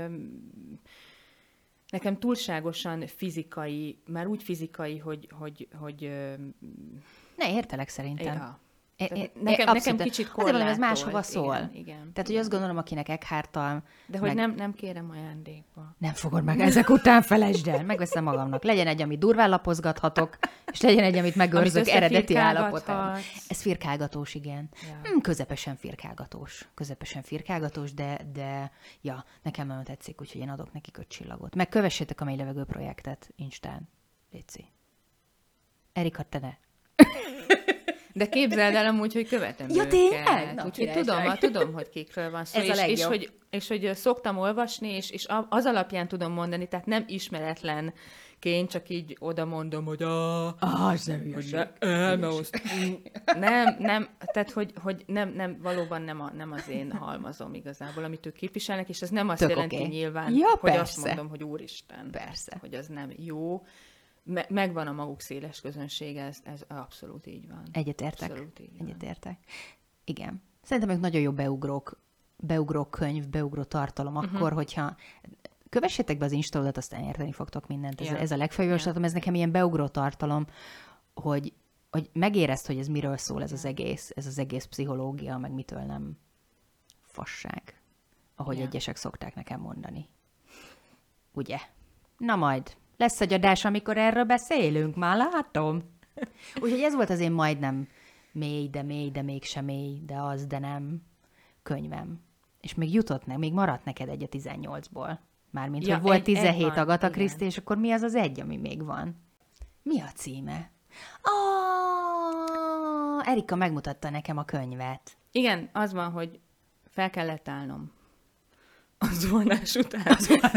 nekem túlságosan fizikai, már úgy fizikai, hogy ne, értelek szerintem. Ja. Nekem kicsit korlátolt. Ez máshova szól. Igen. Tehát, hogy azt gondolom, akinek Eckharttal... De hogy nem kérem ajándékba. Nem fogod meg, ezek után felejtsd el. Megveszem magamnak. Legyen egy, amit durván lapozgathatok, és legyen egy, amit megőrzök eredeti állapotán. Ez firkálgatós, igen. Ja. Közepesen firkálgatós, de ja, nekem nagyon tetszik, úgyhogy én adok neki 5 csillagot. Meg kövessétek a Mély Levegő projektet Instán. Léci. Erika, te ne. De képzeld el amúgy, hogy követem ja, őket. Úgyhogy tudom, hogy kikről van szó. Ez a legjobb. És hogy szoktam olvasni, és az alapján tudom mondani, tehát nem ismeretlenként, csak így oda mondom, hogy nem, tehát hogy nem, valóban nem az én halmazom igazából, amit ők képviselnek, és ez nem azt jelenti nyilván, hogy persze. Azt mondom, hogy úristen, persze. Hogy az nem jó. Megvan a maguk széles közönsége, ez abszolút így van. Egyetértek. Igen. Szerintem ők nagyon jó beugró könyv, beugró tartalom akkor, hogyha kövessétek be az Instalodat, aztán érteni fogtok mindent. Ez a legfőbb javaslatom, ez nekem ilyen beugró tartalom, hogy megérezd, hogy ez miről szól ez az egész pszichológia, meg mitől nem fasság, ahogy egyesek szokták nekem mondani. Ugye? Na majd. Lesz egy adás, amikor erről beszélünk, már látom. Úgyhogy ez volt az én majdnem mély, de mégsem mély, de az, de nem könyvem. És még még maradt neked egy a 18-ból. Mármint, hogy volt 17 Agatha Christie, és akkor mi az egy, ami még van? Mi a címe? Erika megmutatta nekem a könyvet. Igen, az van, hogy fel kellett állnom. Az vonás után.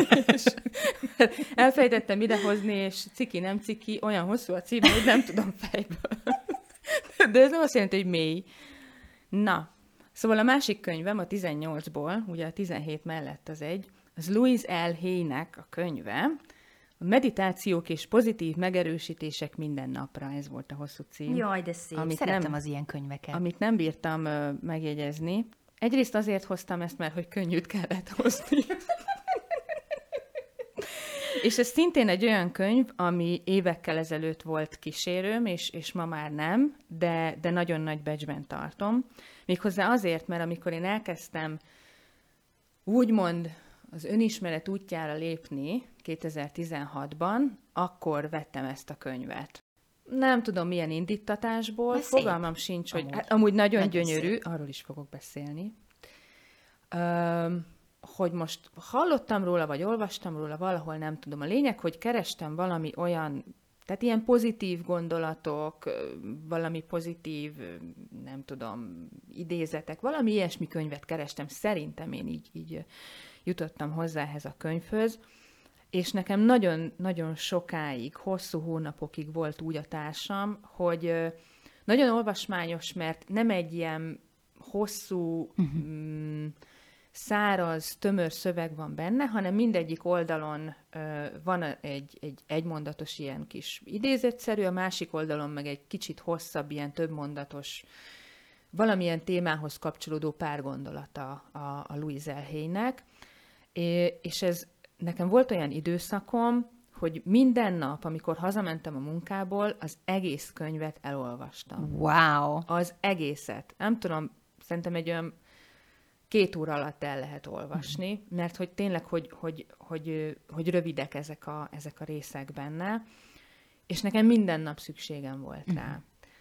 Elfejtettem idehozni, és ciki, nem ciki, olyan hosszú a cím, hogy nem tudom fejből. De ez nem azt jelenti, hogy mély. Na, szóval a másik könyvem a 18-ból, ugye a 17 mellett az Louise L. Hay-nek a könyve, a Meditációk és pozitív megerősítések minden napra, ez volt a hosszú cím. Jaj, de szép. Szeretem az ilyen könyveket. Amit nem bírtam megjegyezni. Egyrészt azért hoztam ezt, mert hogy könnyűt kellett hozni. És ez szintén egy olyan könyv, ami évekkel ezelőtt volt kísérőm, és ma már nem, de nagyon nagy becsben tartom. Méghozzá azért, mert amikor én elkezdtem úgymond az önismeret útjára lépni 2016-ban, akkor vettem ezt a könyvet. Nem tudom, milyen indítatásból, fogalmam sincs, hogy amúgy nagyon gyönyörű, szép. Arról is fogok beszélni, hogy most hallottam róla, vagy olvastam róla valahol, nem tudom. A lényeg, hogy kerestem valami olyan, tehát ilyen pozitív gondolatok, valami pozitív, nem tudom, idézetek, valami ilyesmi könyvet kerestem. Szerintem én így jutottam hozzá ehhez a könyvhöz, és nekem nagyon sokáig, hosszú hónapokig volt úgy a társam, hogy nagyon olvasmányos, mert nem egy ilyen hosszú, száraz, tömör szöveg van benne, hanem mindegyik oldalon van egy egymondatos ilyen kis idézetszerű, a másik oldalon meg egy kicsit hosszabb, ilyen többmondatos, valamilyen témához kapcsolódó pár gondolata a Louise L. Hay-nek, és ez nekem volt olyan időszakom, hogy minden nap, amikor hazamentem a munkából, az egész könyvet elolvastam. Wow! Az egészet. Nem tudom, szerintem egy olyan 2 óra alatt el lehet olvasni, mert hogy tényleg, hogy rövidek ezek a részek benne, és nekem minden nap szükségem volt rá.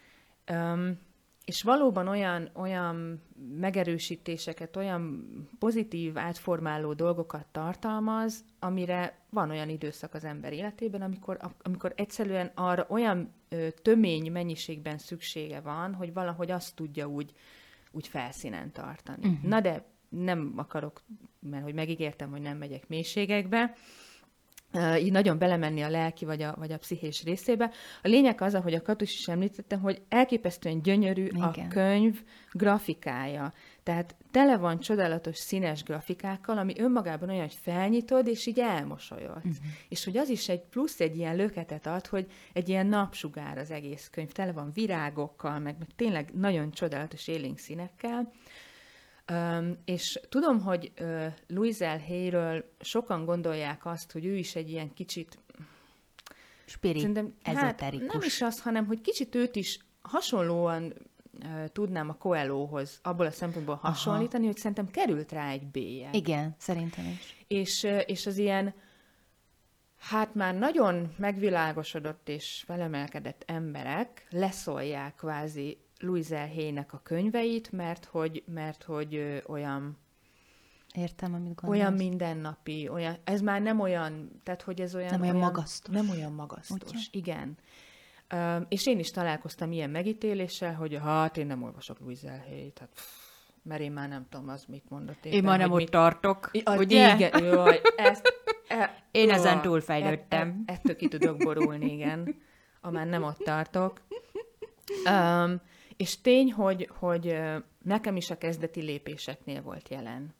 És valóban olyan megerősítéseket, olyan pozitív, átformáló dolgokat tartalmaz, amire van olyan időszak az ember életében, amikor egyszerűen arra olyan tömény mennyiségben szüksége van, hogy valahogy azt tudja úgy felszínen tartani. Na de nem akarok, mert hogy megígértem, hogy nem megyek mélységekbe, így nagyon belemenni a lelki vagy a pszichés részébe. A lényeg az, ahogy a Katus is említette, hogy elképesztően gyönyörű a könyv grafikája. Tehát tele van csodálatos színes grafikákkal, ami önmagában olyan, hogy felnyitod, és így elmosolyodsz. És hogy az is egy plusz egy ilyen löketet ad, hogy egy ilyen napsugár az egész könyv. Tele van virágokkal, meg tényleg nagyon csodálatos élénk színekkel. És tudom, hogy Louise L. Hay-ről sokan gondolják azt, hogy ő is egy ilyen kicsit ezoterikus. Nem is az, hanem hogy kicsit őt is hasonlóan tudnám a Coelhohoz abból a szempontból hasonlítani, hogy szerintem került rá egy bélyeg. Igen, szerintem is. És az ilyen, hát már nagyon megvilágosodott és felemelkedett emberek leszólják kvázi Louise L. Hay-nek a könyveit, mert hogy olyan... Értem, amit gondolsz. Olyan mindennapi, olyan, ez már nem olyan, tehát hogy ez olyan... Nem olyan magasztos. Nem olyan magasztos, ugye? igen. És én is találkoztam ilyen megítéléssel, hogy hát én nem olvasok Louise L. Hay-t, mert én már nem tudom, az mit mondott éppen. Én már nem ott tartok, ugye? Igen, jaj, én ezen túlfejlődtem. Ettől ki tudok borulni, igen. Amár nem ott tartok. És tény, hogy nekem is a kezdeti lépéseknél volt jelen.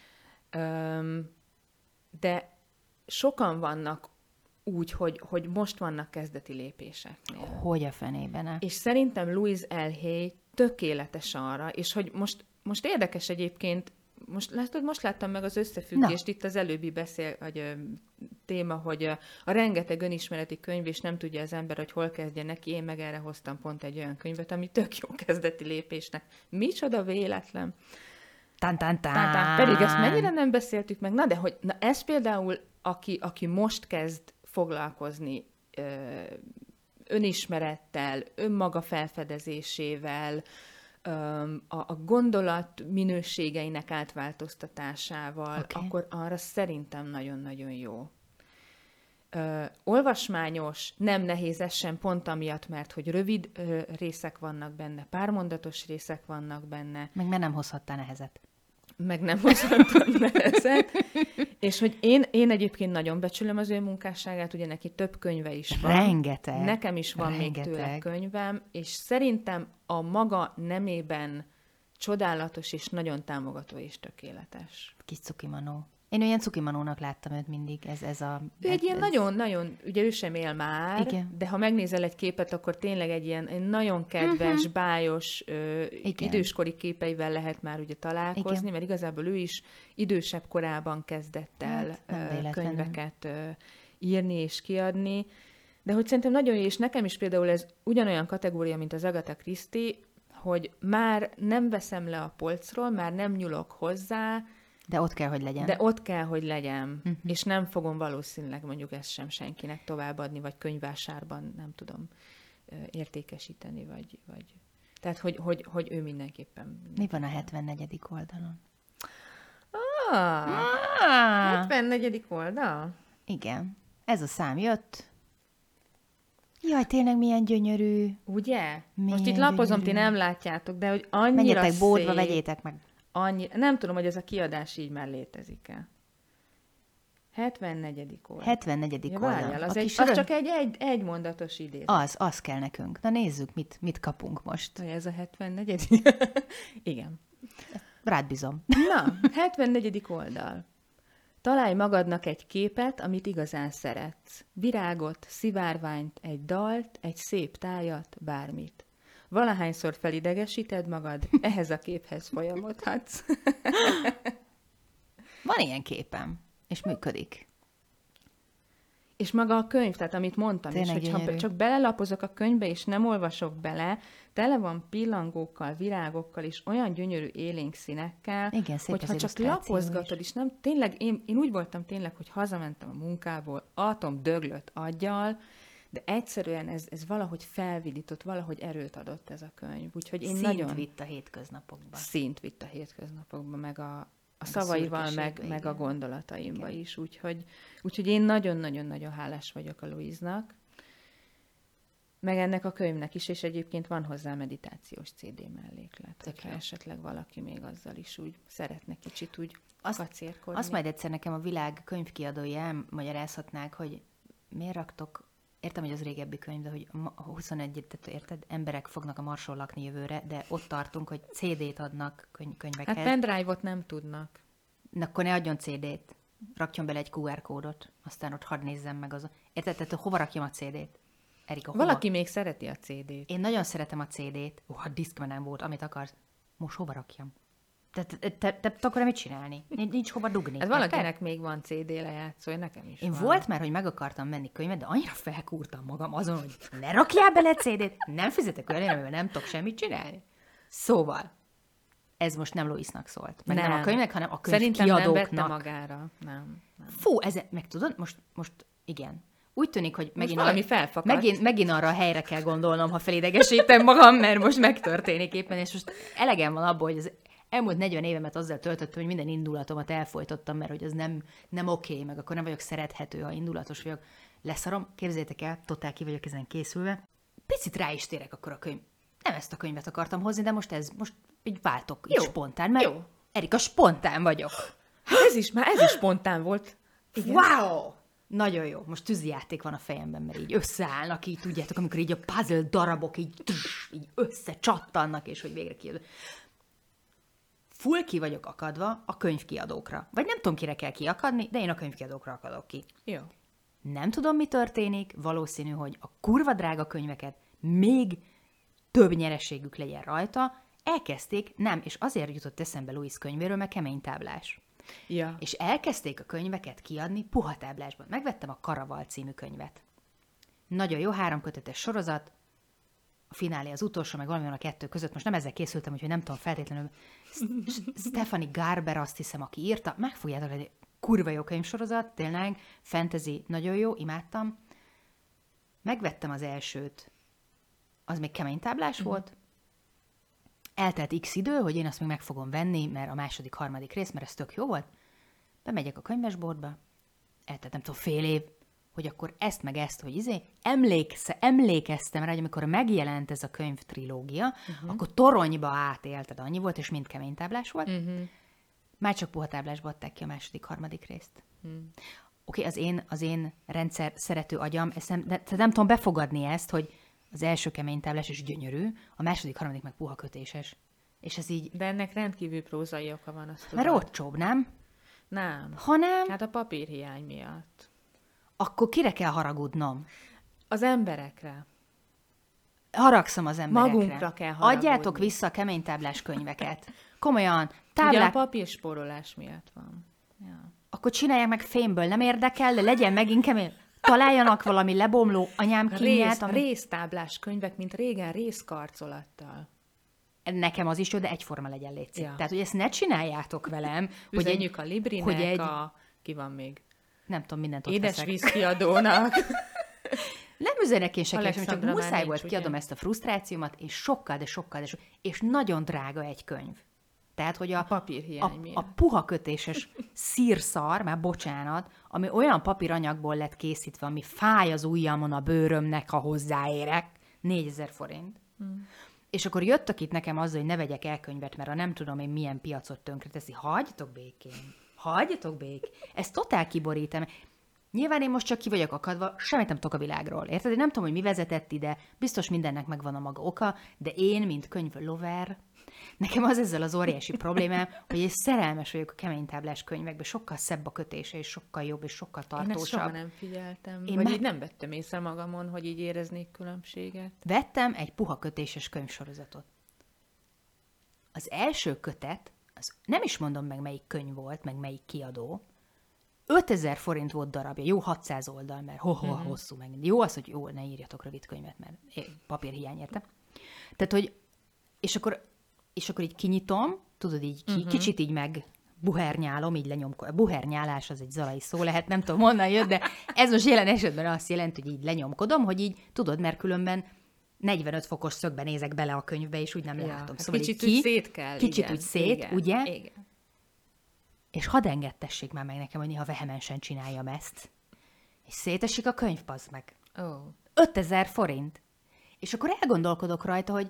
De sokan vannak úgy, hogy most vannak kezdeti lépéseknél. Hogy a fenében? És szerintem Louise L. Hay tökéletes arra, és hogy most érdekes egyébként, most láttam meg az összefüggést, itt az előbbi téma, hogy a rengeteg önismereti könyv, és nem tudja az ember, hogy hol kezdje neki, én meg erre hoztam pont egy olyan könyvet, ami tök jó kezdeti lépésnek. Micsoda véletlen! Pedig ezt mennyire nem beszéltük meg? Na, de hogy ez például, aki most kezd foglalkozni önismerettel, önmaga felfedezésével, a gondolat minőségeinek átváltoztatásával, akkor arra szerintem nagyon-nagyon jó. Olvasmányos, nem nehéz ez sem, pont amiatt, mert hogy rövid részek vannak benne, pármondatos részek vannak benne. Meg mert nem hozhattál nehezet. Meg nem hozhattam nehezet. És hogy én egyébként nagyon becsülöm az ő munkásságát, ugye neki több könyve is van. Rengeteg. Nekem is van még tőle könyvem, és szerintem a maga nemében csodálatos és nagyon támogató és tökéletes. Kis cukimanó. Én olyan cukimanónak láttam őt mindig, Ő egy ilyen nagyon-nagyon, ugye ő sem él már, igen. De ha megnézel egy képet, akkor tényleg egy ilyen nagyon kedves, bájos, időskori képeivel lehet már ugye találkozni, igen. Mert igazából ő is idősebb korában kezdett el könyveket írni és kiadni, de hogy szerintem nagyon jó, és nekem is például ez ugyanolyan kategória, mint az Agatha Christie, hogy már nem veszem le a polcról, már nem nyúlok hozzá, de ott kell, hogy legyen. De ott kell, hogy legyen. És nem fogom valószínűleg mondjuk ezt sem senkinek továbbadni, vagy könyvvásárban, nem tudom, értékesíteni, vagy... Tehát, hogy ő mindenképpen... Mi van a 74. oldalon? 74. oldal? Igen. Ez a szám jött. Jaj, tényleg milyen gyönyörű. Ugye? Most itt lapozom, ti nem látjátok, de hogy annyira menjetek bódba, vegyétek meg. Nem tudom, hogy ez a kiadás így már létezik-e. 74. oldal. 74. oldal. Várjál, az csak egy mondatos idézet. Az kell nekünk. Na nézzük, mit kapunk most. Ez a 74. Igen. Rád bízom. Na, 74. oldal. Találj magadnak egy képet, amit igazán szeretsz. Virágot, szivárványt, egy dalt, egy szép tájat, bármit. Valahányszor felidegesíted magad, ehhez a képhez folyamodhatsz. Van ilyen képem, és működik. És maga a könyv, tehát amit mondtam, tényleg és hogyha csak belelapozok a könyvbe, és nem olvasok bele, tele van pillangókkal, virágokkal, és olyan gyönyörű élénk színekkel, igen, hogyha csak lapozgatod, és nem, tényleg, én úgy voltam tényleg, hogy hazamentem a munkából, döglött aggyal, de egyszerűen ez valahogy felvidított, valahogy erőt adott ez a könyv. Úgyhogy én Szint vitt a hétköznapokba. Szint vitt a hétköznapokba, meg a szavaival, meg a gondolataimba is. Úgyhogy én nagyon-nagyon-nagyon hálás vagyok a Louise-nak. Meg ennek a könyvnek is, és egyébként van hozzá meditációs CD melléklet, hogyha jó. esetleg valaki még azzal is úgy szeretne kicsit úgy Azt kacérkodni. Azt majd egyszer nekem a világ könyvkiadói elmagyarázhatnák, hogy miért raktok, értem, hogy az régebbi könyv, de hogy a 21-et, tehát érted, emberek fognak a Marson lakni jövőre, de ott tartunk, hogy CD-t adnak könyvekhez. Hát pendrive-ot nem tudnak. Na, akkor ne adjon CD-t. Rakjon bele egy QR kódot, aztán ott hadd nézzem meg azon. Érted, tehát hova rakjam a CD-t? Erika, hova? Valaki még szereti a CD-t. Én nagyon szeretem a CD-t. Ha diszkmenem volt, amit akarsz. Most hova rakjam? Te akkor mit csinálni? Nincs hova dugni. Ez valakinek még van CD lejátszója, nekem is Én van. volt már, hogy meg akartam venni könyvet, de annyira felkúrtam magam azon, hogy ne rakjál bele CD-t, nem fizetek olyan, amivel nem tudok semmit csinálni. Szóval, ez most nem Louisnak szólt. Meg nem a könyvnek, hanem a Szerintem nem vette könyvkiadóknak. magára. Nem. Fú, meg tudod, most igen. Úgy tűnik, hogy megint arra a helyre kell gondolnom, ha felidegesítem magam, mert most megtörténik éppen, és most elegem van abból, hogy az elmúlt 40 évemet azzal töltöttem, hogy minden indulatomat elfojtottam, mert hogy az nem oké, meg akkor nem vagyok szerethető, ha indulatos vagyok. Leszarom, képzeljétek el, totál ki vagyok ezen készülve. Picit rá is térek akkor a könyv. Nem ezt a könyvet akartam hozni, de most így váltok, így spontán, mert Jó. Erika, spontán vagyok. Hát ez is spontán volt. Igen. Wow! Nagyon jó. Most tűzijáték van a fejemben, mert így összeállnak, így tudjátok, amikor így a puzzle darabok így összecsattannak, és hogy végre kijön. Full ki vagyok akadva a könyvkiadókra. Vagy nem tudom, kire kell kiakadni, de én a könyvkiadókra akadok ki. Jó. Nem tudom, mi történik, valószínű, hogy a kurva drága könyveket még több nyereségük legyen rajta, elkezdték, és azért jutott eszembe Louis könyvéről, mert kemény táblás. Ja. És elkezdték a könyveket kiadni puha táblásban. Megvettem a Karaval című könyvet. Nagyon jó, 3 kötetes sorozat, a finálé az utolsó, meg valami van a 2 között. Most nem ezzel készültem, úgyhogy nem tudom feltétlenül. Stephanie Garber, azt hiszem, aki írta. Meg fogjátok lenni, kurva jó könyvsorozat, tényleg, fantasy, nagyon jó, imádtam. Megvettem az elsőt, az még kemény táblás volt. Eltelt x idő, hogy én azt még meg fogom venni, mert a második, harmadik rész, mert ez tök jó volt. Bemegyek a könyvesboltba, eltelt nem tudom, fél év, hogy akkor ezt meg ezt, hogy emlékeztem rá, hogy amikor megjelent ez a könyv trilógia, akkor toronyba átélted, annyi volt, és mind kemény táblás volt. Már csak puha táblásba adták ki a második, harmadik részt. Oké, az én rendszer szerető agyam, de nem tudom befogadni ezt, hogy az első kemény táblás és gyönyörű, a második, harmadik meg puha kötéses. És ez így... De ennek rendkívül prózai oka van, azt Mert tudod. olcsóbb, nem? Nem. Hanem, Hát a papírhiány miatt. akkor kire kell haragudnom? Az emberekre. Haragszom az emberekre. Magunkra kell haragudni. Adjátok vissza a kemény táblás könyveket. Komolyan, Ugye a táblák, papírspórolás miatt van. Ja. akkor csinálják meg fémből, nem érdekel, de legyen megint kemény. Találjanak valami lebomló anyám kínját, Résztáblás könyvek, mint régen részkarcolattal. Nekem az is jó, de egyforma legyen, létszik. Ja. Tehát, hogy ezt ne csináljátok velem, hogy Üzenjük a Librinek, hogy ki van még? Nem tudom, mindent ott Édes veszek. vízkiadónak. Nem üzenek én se csak Alexandra már muszáj nincs, volt, ugye? kiadom ezt a frusztrációmat, és sokkal, és nagyon drága egy könyv. Tehát, hogy A papírhiány a miatt. puha kötéses szírszar, már bocsánat, ami olyan papíranyagból lett készítve, ami fáj az ujjamon a bőrömnek, ha hozzáérek, 4000 forint. És akkor jöttök itt nekem azzal, hogy ne vegyek el könyvet, mert a nem tudom én milyen piacot tönkreteszi. Hagyjatok békén. Hagyjatok békén. Ez totál kiborítem. Nyilván én most csak ki vagyok akadva, semmit nem tudok a világról. Érted? Én nem tudom, hogy mi vezetett ide, biztos mindennek megvan a maga oka, de én, mint könyvlover, nekem az ezzel az óriási problémám, hogy én szerelmes vagyok a kemény táblás könyvekbe, sokkal szebb a kötése, és sokkal jobb, és sokkal Én ezt tartósabb. soha nem figyeltem. Én Vagy meg- így nem vettem észre magamon, hogy így éreznék különbséget. Vettem egy puha kötéses könyvsorozatot. Az első kötet, nem is mondom meg, melyik könyv volt, meg melyik kiadó, 5000 forint volt darabja, jó 600 oldal, mert hosszú meg. Jó az, hogy jó, ne írjatok rövid könyvet, mert papírhiány érte. Tehát, hogy, és akkor így kinyitom, tudod, így kicsit így meg buhernyálom, így lenyomkodom. Buhernyálás az egy zalai szó lehet, nem tudom, honnan jött, de ez most jelen esetben azt jelenti, hogy így lenyomkodom, hogy így, tudod, mert különben 45 fokos szögben nézek bele a könyvbe, és úgy nem látom. Hát Szóval kicsit így úgy szét kell. Kicsit igen, úgy szét, igen, ugye? Igen. És hadd engedtessék már meg nekem, hogy néha vehemensen csináljam ezt. És szétesik a könyv, pazd meg. Ó. 5000 forint. És akkor elgondolkodok rajta, hogy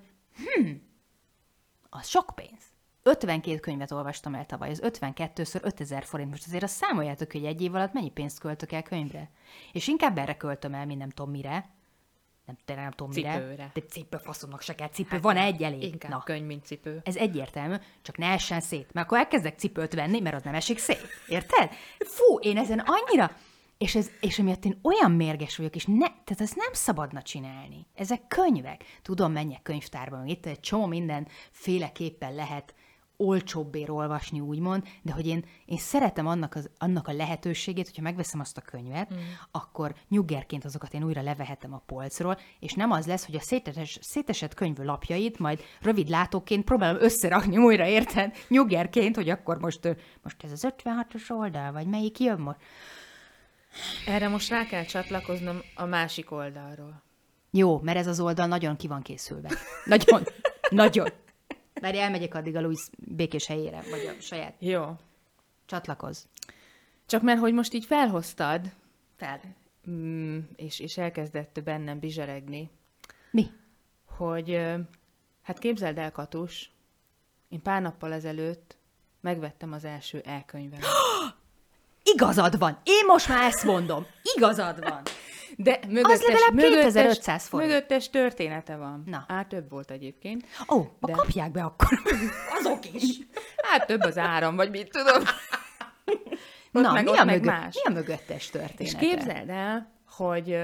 az sok pénz. 52 könyvet olvastam el tavaly, az 52-ször 5000 forint. Most azért azt számoljátok, hogy egy év alatt mennyi pénzt költök el könyvre. És inkább erre költöm el, mint nem tudom mire. Nem tudom mire. Cipőre. De cipő, faszomnak se kell cipő. Van egy elég. Inkább könyv, mint cipő. Ez egyértelmű, csak ne essen szét. Mert akkor elkezdek cipőt venni, mert az nem esik szét. Érted? Fú, én ezen annyira... És emiatt én olyan mérges vagyok, és tehát ezt nem szabadna csinálni. Ezek könyvek. Tudom, menjek könyvtárba, meg itt egy csomó mindenféleképpen lehet olcsóbbér olvasni, úgymond, de hogy én szeretem annak a lehetőségét, hogyha megveszem azt a könyvet, akkor nyuggerként azokat én újra levehetem a polcról, és nem az lesz, hogy a szétesett könyv lapjait majd rövid látóként próbálom összerakni újra, érted? Nyuggerként, hogy akkor most ez az 56-os oldal, vagy melyik jön most? Erre most rá kell csatlakoznom a másik oldalról. Jó, mert ez az oldal nagyon ki van készülve. Nagyon, nagyon. Várj, elmegyek addig a Louis békés helyére, vagy a saját. Jó. Csatlakozz. Csak mert, hogy most így felhoztad, Fel. és elkezdett bennem bizseregni, Mi? hogy hát képzeld el, Katus, én pár nappal ezelőtt megvettem az első e-könyvemet. Igazad van! Én most már ezt mondom. Igazad van! De Az legalább 2500 forint. mögöttes története van. Na. Több volt egyébként. Ó, De- kapják be akkor. Azok is. Több az áram, vagy mit tudom. Na, meg mi ott a, meg más. mi a mögöttes története? És képzeld el, hogy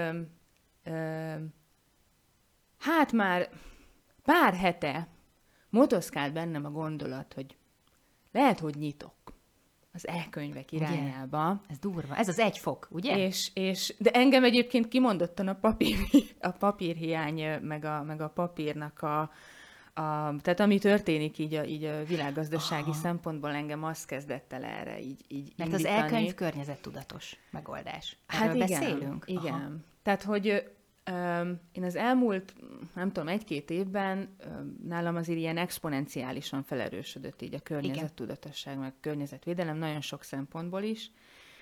hát már pár hete motoszkált bennem a gondolat, hogy lehet, hogy nyitok az e-könyvek irányába. Ez durva. Ez az 1 fok, ugye? De engem egyébként kimondottan a papírhiány, meg a papírnak tehát ami történik így a világgazdasági szempontból, engem azt kezdett el erre így Mert indítani. az e-könyv környezettudatos megoldás. Hát Erről igen, beszélünk? igen. Aha. Tehát, hogy én az elmúlt, nem tudom, 1-2 évben nálam azért ilyen exponenciálisan felerősödött így a környezettudatosság, meg a környezetvédelem nagyon sok szempontból is.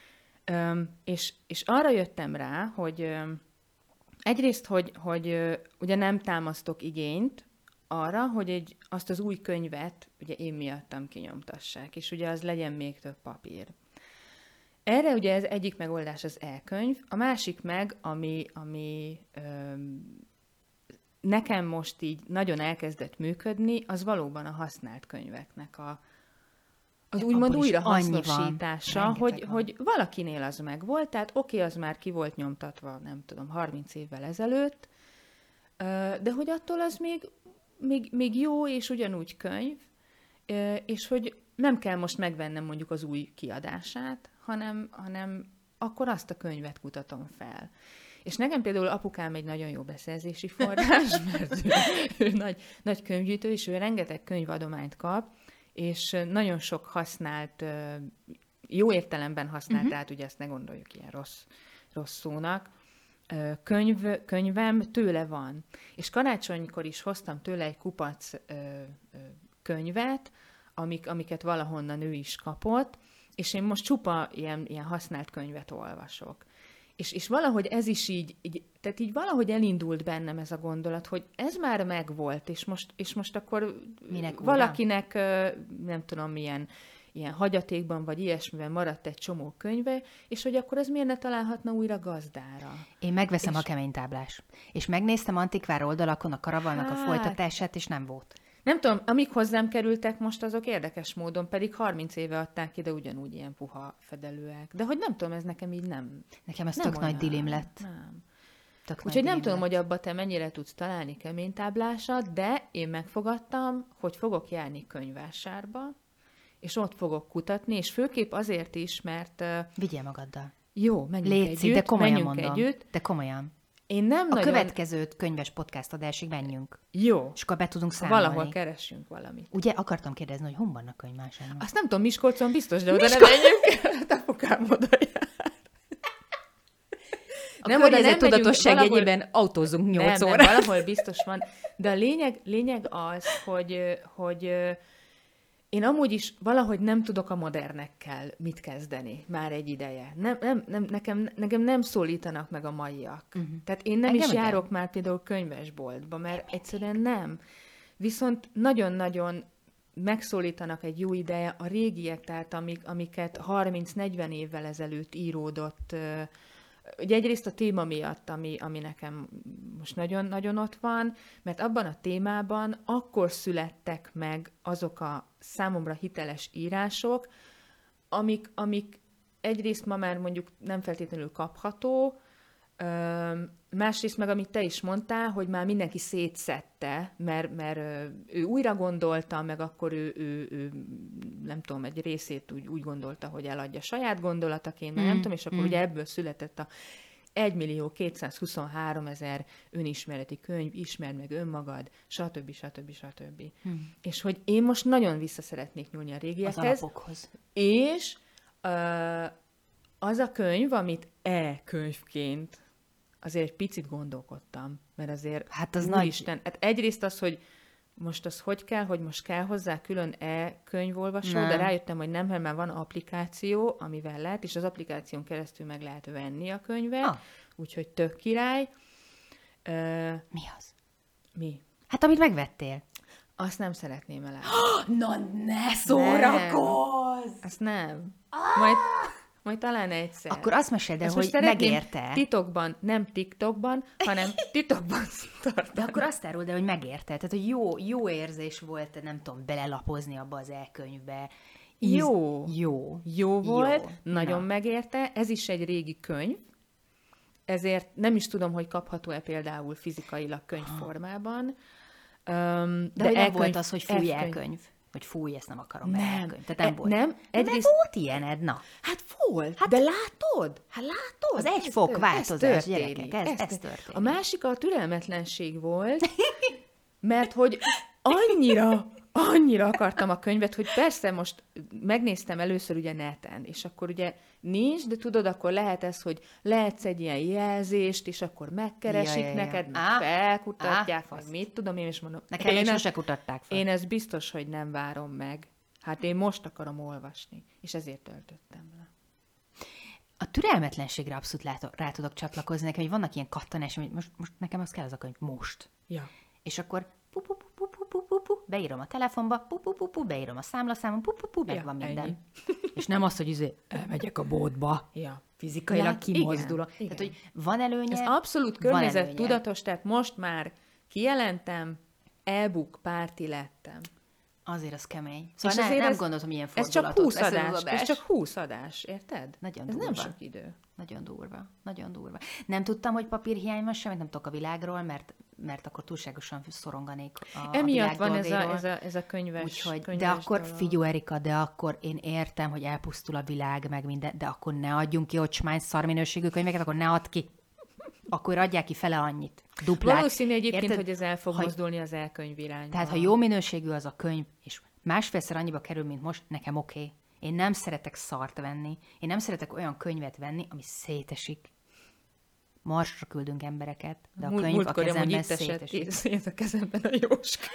És arra jöttem rá, hogy egyrészt, hogy ugye nem támasztok igényt arra, hogy azt az új könyvet ugye én miattam kinyomtassák, és ugye az legyen még több papír. Erre ugye ez egyik megoldás az e-könyv, a másik meg, ami nekem most így nagyon elkezdett működni, az valóban a használt könyveknek az úgymond abból is újrahasznosítása, annyi van. hogy valakinél az megvolt, tehát oké, az már ki volt nyomtatva, nem tudom, 30 évvel ezelőtt, de hogy attól az még jó és ugyanúgy könyv, és hogy nem kell most megvennem mondjuk az új kiadását, hanem akkor azt a könyvet kutatom fel. És nekem például apukám egy nagyon jó beszerzési forrás, mert ő nagy könyvgyűjtő, és ő rengeteg könyvadományt kap, és nagyon sok használt, jó értelemben használt, tehát ugye ezt ne gondoljuk ilyen rossz szónak, könyvem tőle van. És karácsonykor is hoztam tőle egy kupac könyvet, amiket valahonnan ő is kapott, és én most csupa ilyen használt könyvet olvasok. És valahogy ez is tehát így valahogy elindult bennem ez a gondolat, hogy ez már megvolt, és most akkor minek valakinek, nem tudom, ilyen hagyatékban, vagy ilyesmiben maradt egy csomó könyve, és hogy akkor ez miért ne találhatna újra gazdára. Én megveszem a keménytáblás. És megnéztem antikvár oldalakon a Karavalnak a folytatását, és nem volt. Nem tudom, amik hozzám kerültek most, azok érdekes módon, pedig 30 éve adták ki, de ugyanúgy ilyen puha fedelőek. De hogy nem tudom, ez nekem így nem... Nekem ez nem tök nagy dilim lett. Nem. Tök nagy Úgyhogy nem dilim tudom, lett. hogy abba te mennyire tudsz találni keménytáblásat, de én megfogadtam, hogy fogok járni könyvvásárba, és ott fogok kutatni, és főképp azért is, mert... Vigyél magaddal. Jó, menjünk Létszik, együtt, de komolyan menjünk mondom. együtt. De komolyan. Én nem A nagyon... következő könyves podcast adásig menjünk. Jó. És akkor be tudunk számolni. Valahol keressünk valamit. Ugye akartam kérdezni, hogy hon vannak könyvvásárok? Azt nem tudom, Miskolcon biztos, de oda nem menjünk. Apukám oda jár. A környezettudatosság valahol... jegyében autózunk 8 nem, óra. valahol biztos van. De a lényeg az, hogy Én amúgy is valahogy nem tudok a modernekkel mit kezdeni már egy ideje. Nekem nem szólítanak meg a maiak. Tehát én nem Engem is igen. járok már például könyvesboltba, mert egyszerűen nem. Viszont nagyon-nagyon megszólítanak egy jó ideje a régiek, tehát amiket 30-40 évvel ezelőtt íródott. Ugye egyrészt a téma miatt, ami nekem most nagyon-nagyon ott van, mert abban a témában akkor születtek meg azok a számomra hiteles írások, amik egyrészt ma már mondjuk nem feltétlenül kapható, másrészt meg, amit te is mondtál, hogy már mindenki szétszedte, mert ő újra gondolta, meg akkor ő nem tudom, egy részét úgy gondolta, hogy eladja saját gondolataként, nem tudom, és akkor ugye ebből született a 1.223.000 önismereti könyv, ismerd meg önmagad, stb. És hogy én most nagyon vissza szeretnék nyúlni a régiekhez. Az alapokhoz. És az a könyv, amit könyvként azért egy picit gondolkodtam, mert azért Hát az úristen, hát egyrészt az, hogy most az hogy most kell hozzá külön könyvolvasó, de rájöttem, hogy nem, mert már van applikáció, amivel lehet, és az applikáción keresztül meg lehet venni a könyvet, úgyhogy tök király. Mi az? Mi? Hát amit megvettél. Azt nem szeretném elárulni. Na ne szórakozz! Azt nem. Majd talán egyszer. Akkor azt meséld el, Ezt hogy most szeretném megérte. Titokban, nem TikTokban, hanem titokban De tartani. akkor azt áruld el, hogy megérte. Tehát, hogy jó érzés volt, nem tudom, belelapozni abba az e-könyvbe. Jó. Jó Volt, Jó. nagyon Na. megérte. Ez is egy régi könyv, ezért nem is tudom, hogy kapható-e például fizikailag könyvformában. De hogy nem volt az, hogy fúj elkönyv. Hogy fúj, ezt nem akarom elkönyv. Tehát nem volt. Nem, Egyrészt... volt ilyened, na. Hát volt, de látod? Hát látod? Az egy fok változás, gyerekek, ez történik. A másik a türelmetlenség volt, mert hogy annyira akartam a könyvet, hogy persze most megnéztem először ugye neten, és akkor ugye nincs, de tudod, akkor lehet ez, hogy lehetsz egy ilyen jelzést, és akkor megkeresik neked, meg felkutatják, vagy mit tudom én, és mondom, Nekem még sose kutatták fel. én ezt biztos, hogy nem várom meg. Hát én most akarom olvasni, és ezért töltöttem le. A türelmetlenségre abszolút rá tudok csatlakozni nekem, hogy vannak ilyen kattanás, hogy most nekem az kell az a könyv most. Ja. És akkor beírom a telefonba, beírom a számlaszámon, megvan minden. ennyi. És nem az, hogy elmegyek a boltba, Ja. fizikailag kimozdulok. Igen. Tehát, hogy van előnye, Ez abszolút van környezettudatos, tehát most már kijelentem, e-book párti lettem. Azért az kemény. Szóval És azért nem ez- gondoltam, milyen Ez csak fordulatot 20 vesz ez az adás, adás. ez csak 20 adás, érted? Nagyon ez durva. nem sok idő. Nagyon durva, nagyon durva. Nem tudtam, hogy papírhiány van, semmit nem tudok a világról, mert akkor túlságosan szoronganék a Emiatt világ van dolgairól. ez a könyves, Úgyhogy, könyves de akkor dolog. figyelj, Erika, de akkor én értem, hogy elpusztul a világ, meg minden, de akkor ne adjunk ki ocsmány szarminőségű könyveket, akkor ne add ki. Akkor adják ki fele annyit. Duplát. Valószínű egyébként, Érted? hogy ez el fog mozdulni az elkönyv irányba. Tehát, ha jó minőségű az a könyv, és másfélszer annyiba kerül, mint most, nekem oké. Én nem szeretek szart venni. Én nem szeretek olyan könyvet venni, ami szétesik. Marsra küldünk embereket, de a könyv a kezemben szétesik. Szét a kezemben a Jóska.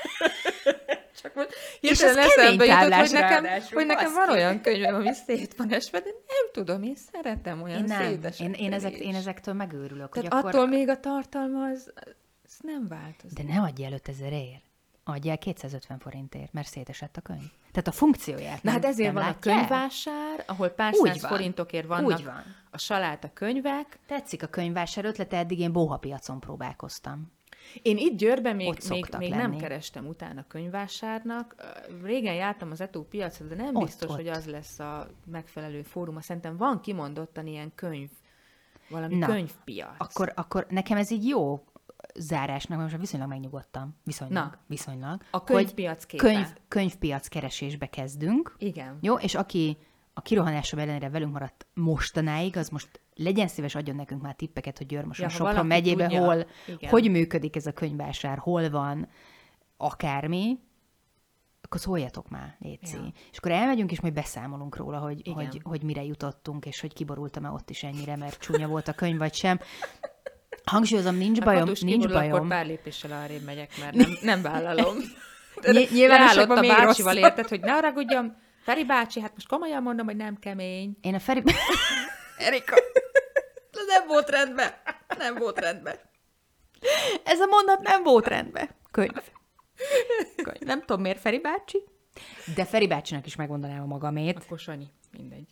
Csak most És hirtelen ez kemény eszembe jutott, táblás hogy nekem, ráadásul, hogy nekem van baszki. olyan könyvem, ami szét van esve, de nem tudom, én szeretem olyan Én nem. széteseket Én is. ezektől megőrülök. Tehát hogy akkor... attól még a tartalma az nem változik. De ne adj el 5000-ért. Adj el 250 forintért, mert szétesett a könyv. Tehát a funkcióját Na nem, hát ezért nem van látja a el? könyvvásár, ahol pár Úgy száz van. forintokért Úgy vannak van. a saláta könyvek. Tetszik a könyvvásár ötlete, eddig én bóhapiacon próbálkoztam. Én itt Győrben Ott még szoktak nem lenni. kerestem utána könyvvásárnak. Régen jártam az Etó piacra, de nem Ott, biztos, ott. hogy az lesz a megfelelő fórum. Szerintem van kimondottan ilyen valami Na, könyvpiac. Akkor nekem ez így jó zárásnak, most már viszonylag megnyugodtam. Viszonylag. A könyvpiac képe. Könyvpiac keresésbe kezdünk. Igen. Jó, és aki a kirohanásom ellenére velünk maradt mostanáig, az most legyen szíves, adjon nekünk már tippeket, hogy Győr-Moson, Ja, ha Sopron valaki megyébe tudja. hol, Igen. hogy működik ez a könyvvásár, hol van, akármi, akkor szóljatok már, léci. Ja. És akkor elmegyünk, és majd beszámolunk róla, Igen. hogy mire jutottunk, és hogy kiborultam-e ott is ennyire, mert csúnya volt a könyv, vagy sem. Hangsúlyozom, nincs bajom, Katus nincs kiborul, akkor bajom. pár lépéssel arrébb megyek, mert nem vállalom. Leállott a még bácsival, rosszabb. érted, hogy ne haragudjam, Feri bácsi, hát most komolyan mondom, hogy nem kemény. Én a Feri... Erika, ez nem volt rendben. Nem volt rendben. Ez a mondat nem volt rendben. Könyv. Nem tudom, miért Feri bácsi. De Feri bácsinak is megmondanám a magamét, Akkor Sanyi, mindegy.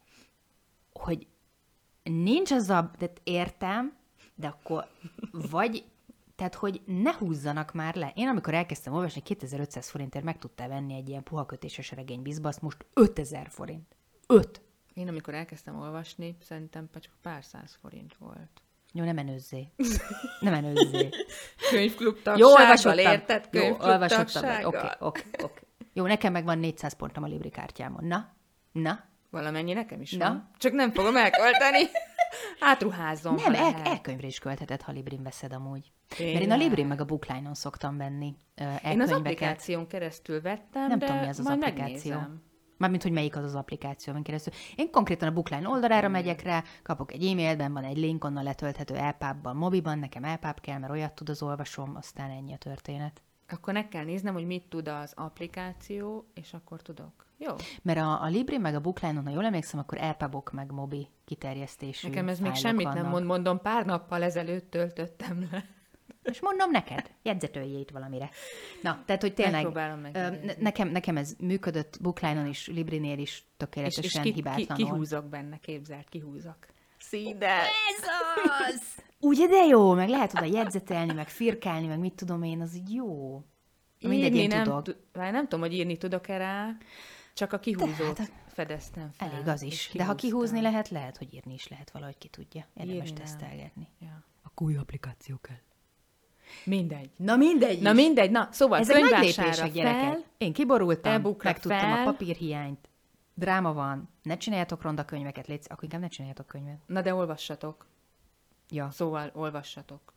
hogy nincs az a... Tehát értem, de akkor vagy... Tehát, hogy ne húzzanak már le. Én amikor elkezdtem olvasni, 2500 forintért meg tudtál venni egy ilyen puhakötéses regénybizba, azt most 5000 forint. 5. Én amikor elkezdtem olvasni, szerintem csak pár száz forint volt. Jó, nem menőzzé. Nem menőzzé. Könyvklub Jó, tagsággal, olvasottam. érted? Jó, Könyvklub olvasottam. tagsággal. Oké. Jó, nekem meg van 400 pontom a Libri kártyámon. Na? Valamennyi nekem is Na? van. Csak nem fogom elkölteni. Átruházom. Nem, ha lehet. elkönyvre is költheted, ha Librin veszed amúgy. Tényleg? Mert én a Librin meg a Bookline-on szoktam venni Én az e-könyveket. applikáción keresztül vettem, Nem de tudom, mi az az majd applikáció. megnézem. Mármint, hogy melyik az az applikáció, amin keresztül. Én konkrétan a Bookline oldalára megyek rá, kapok egy e-mailben, van egy link, onnan letölthető elpábban, mobiban, nekem elpáb kell, mert olyat tud az olvasom, aztán ennyi a történet. Akkor meg kell néznem, hogy mit tud az applikáció, és akkor tudok. Jó. Mert a Libri meg a Bookline-on, ha jól emlékszem, akkor elpábok meg mobi kiterjesztésű Nekem ez még fájlok semmit vannak. nem mondom, pár nappal ezelőtt töltöttem le. És mondom neked, jegyzetölje itt valamire. Na, tehát, hogy tényleg Megpróbálom megjegyezni. nekem ez működött, Bookline-on is, Librinél is tökéletesen hibátlanul. kihúzok benne, képzeld, kihúzok. Szíde! Ez az! Ugye, de jó, meg lehet oda jegyzetelni, meg firkálni, meg mit tudom én, az így jó. Mindegy, én tudok. Nem tudom, hogy írni tudok-e rá, csak a kihúzót hát, fedeztem fel. Elég az is. és De ha kihúztam. kihúzni lehet, hogy írni is lehet, valahogy ki tudja. Érdemes Írni nem. tesztelgetni. Ja. Akkor új applikáció kell. Mindegy. Na mindegy Na mindegy, na, szóval Ezek nagy könyvvásárra lépések, gyerekek. fel, Én kiborultam, e-bookra megtudtam fel. a papírhiányt. Dráma van. Ne csináljatok ronda könyveket, légy, akkor inkább ne csináljatok könyvet. na de olvassatok. Ja. Szóval olvassatok.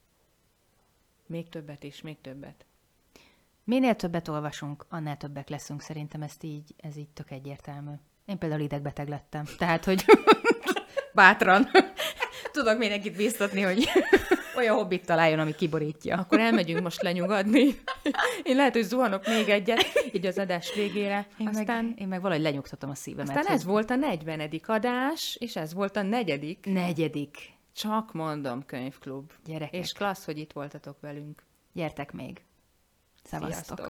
Még többet is, még többet. Minél többet olvasunk, annál többek leszünk. Szerintem ez így tök egyértelmű. Én például idegbeteg lettem. Tehát, hogy bátran tudok mindenkit bíztatni, hogy olyan hobbit találjon, ami kiborítja. Akkor elmegyünk most lenyugodni. Én lehet, hogy zuhanok még egyet, így az adás végére. Én meg valahogy lenyugtatom a szívemet. Aztán ez volt a 40. adás, és ez volt a 4. Negyedik. Csak mondom, könyvklub. Gyerekek. És klassz, hogy itt voltatok velünk. Gyertek még. Szevasztok. Sziasztok.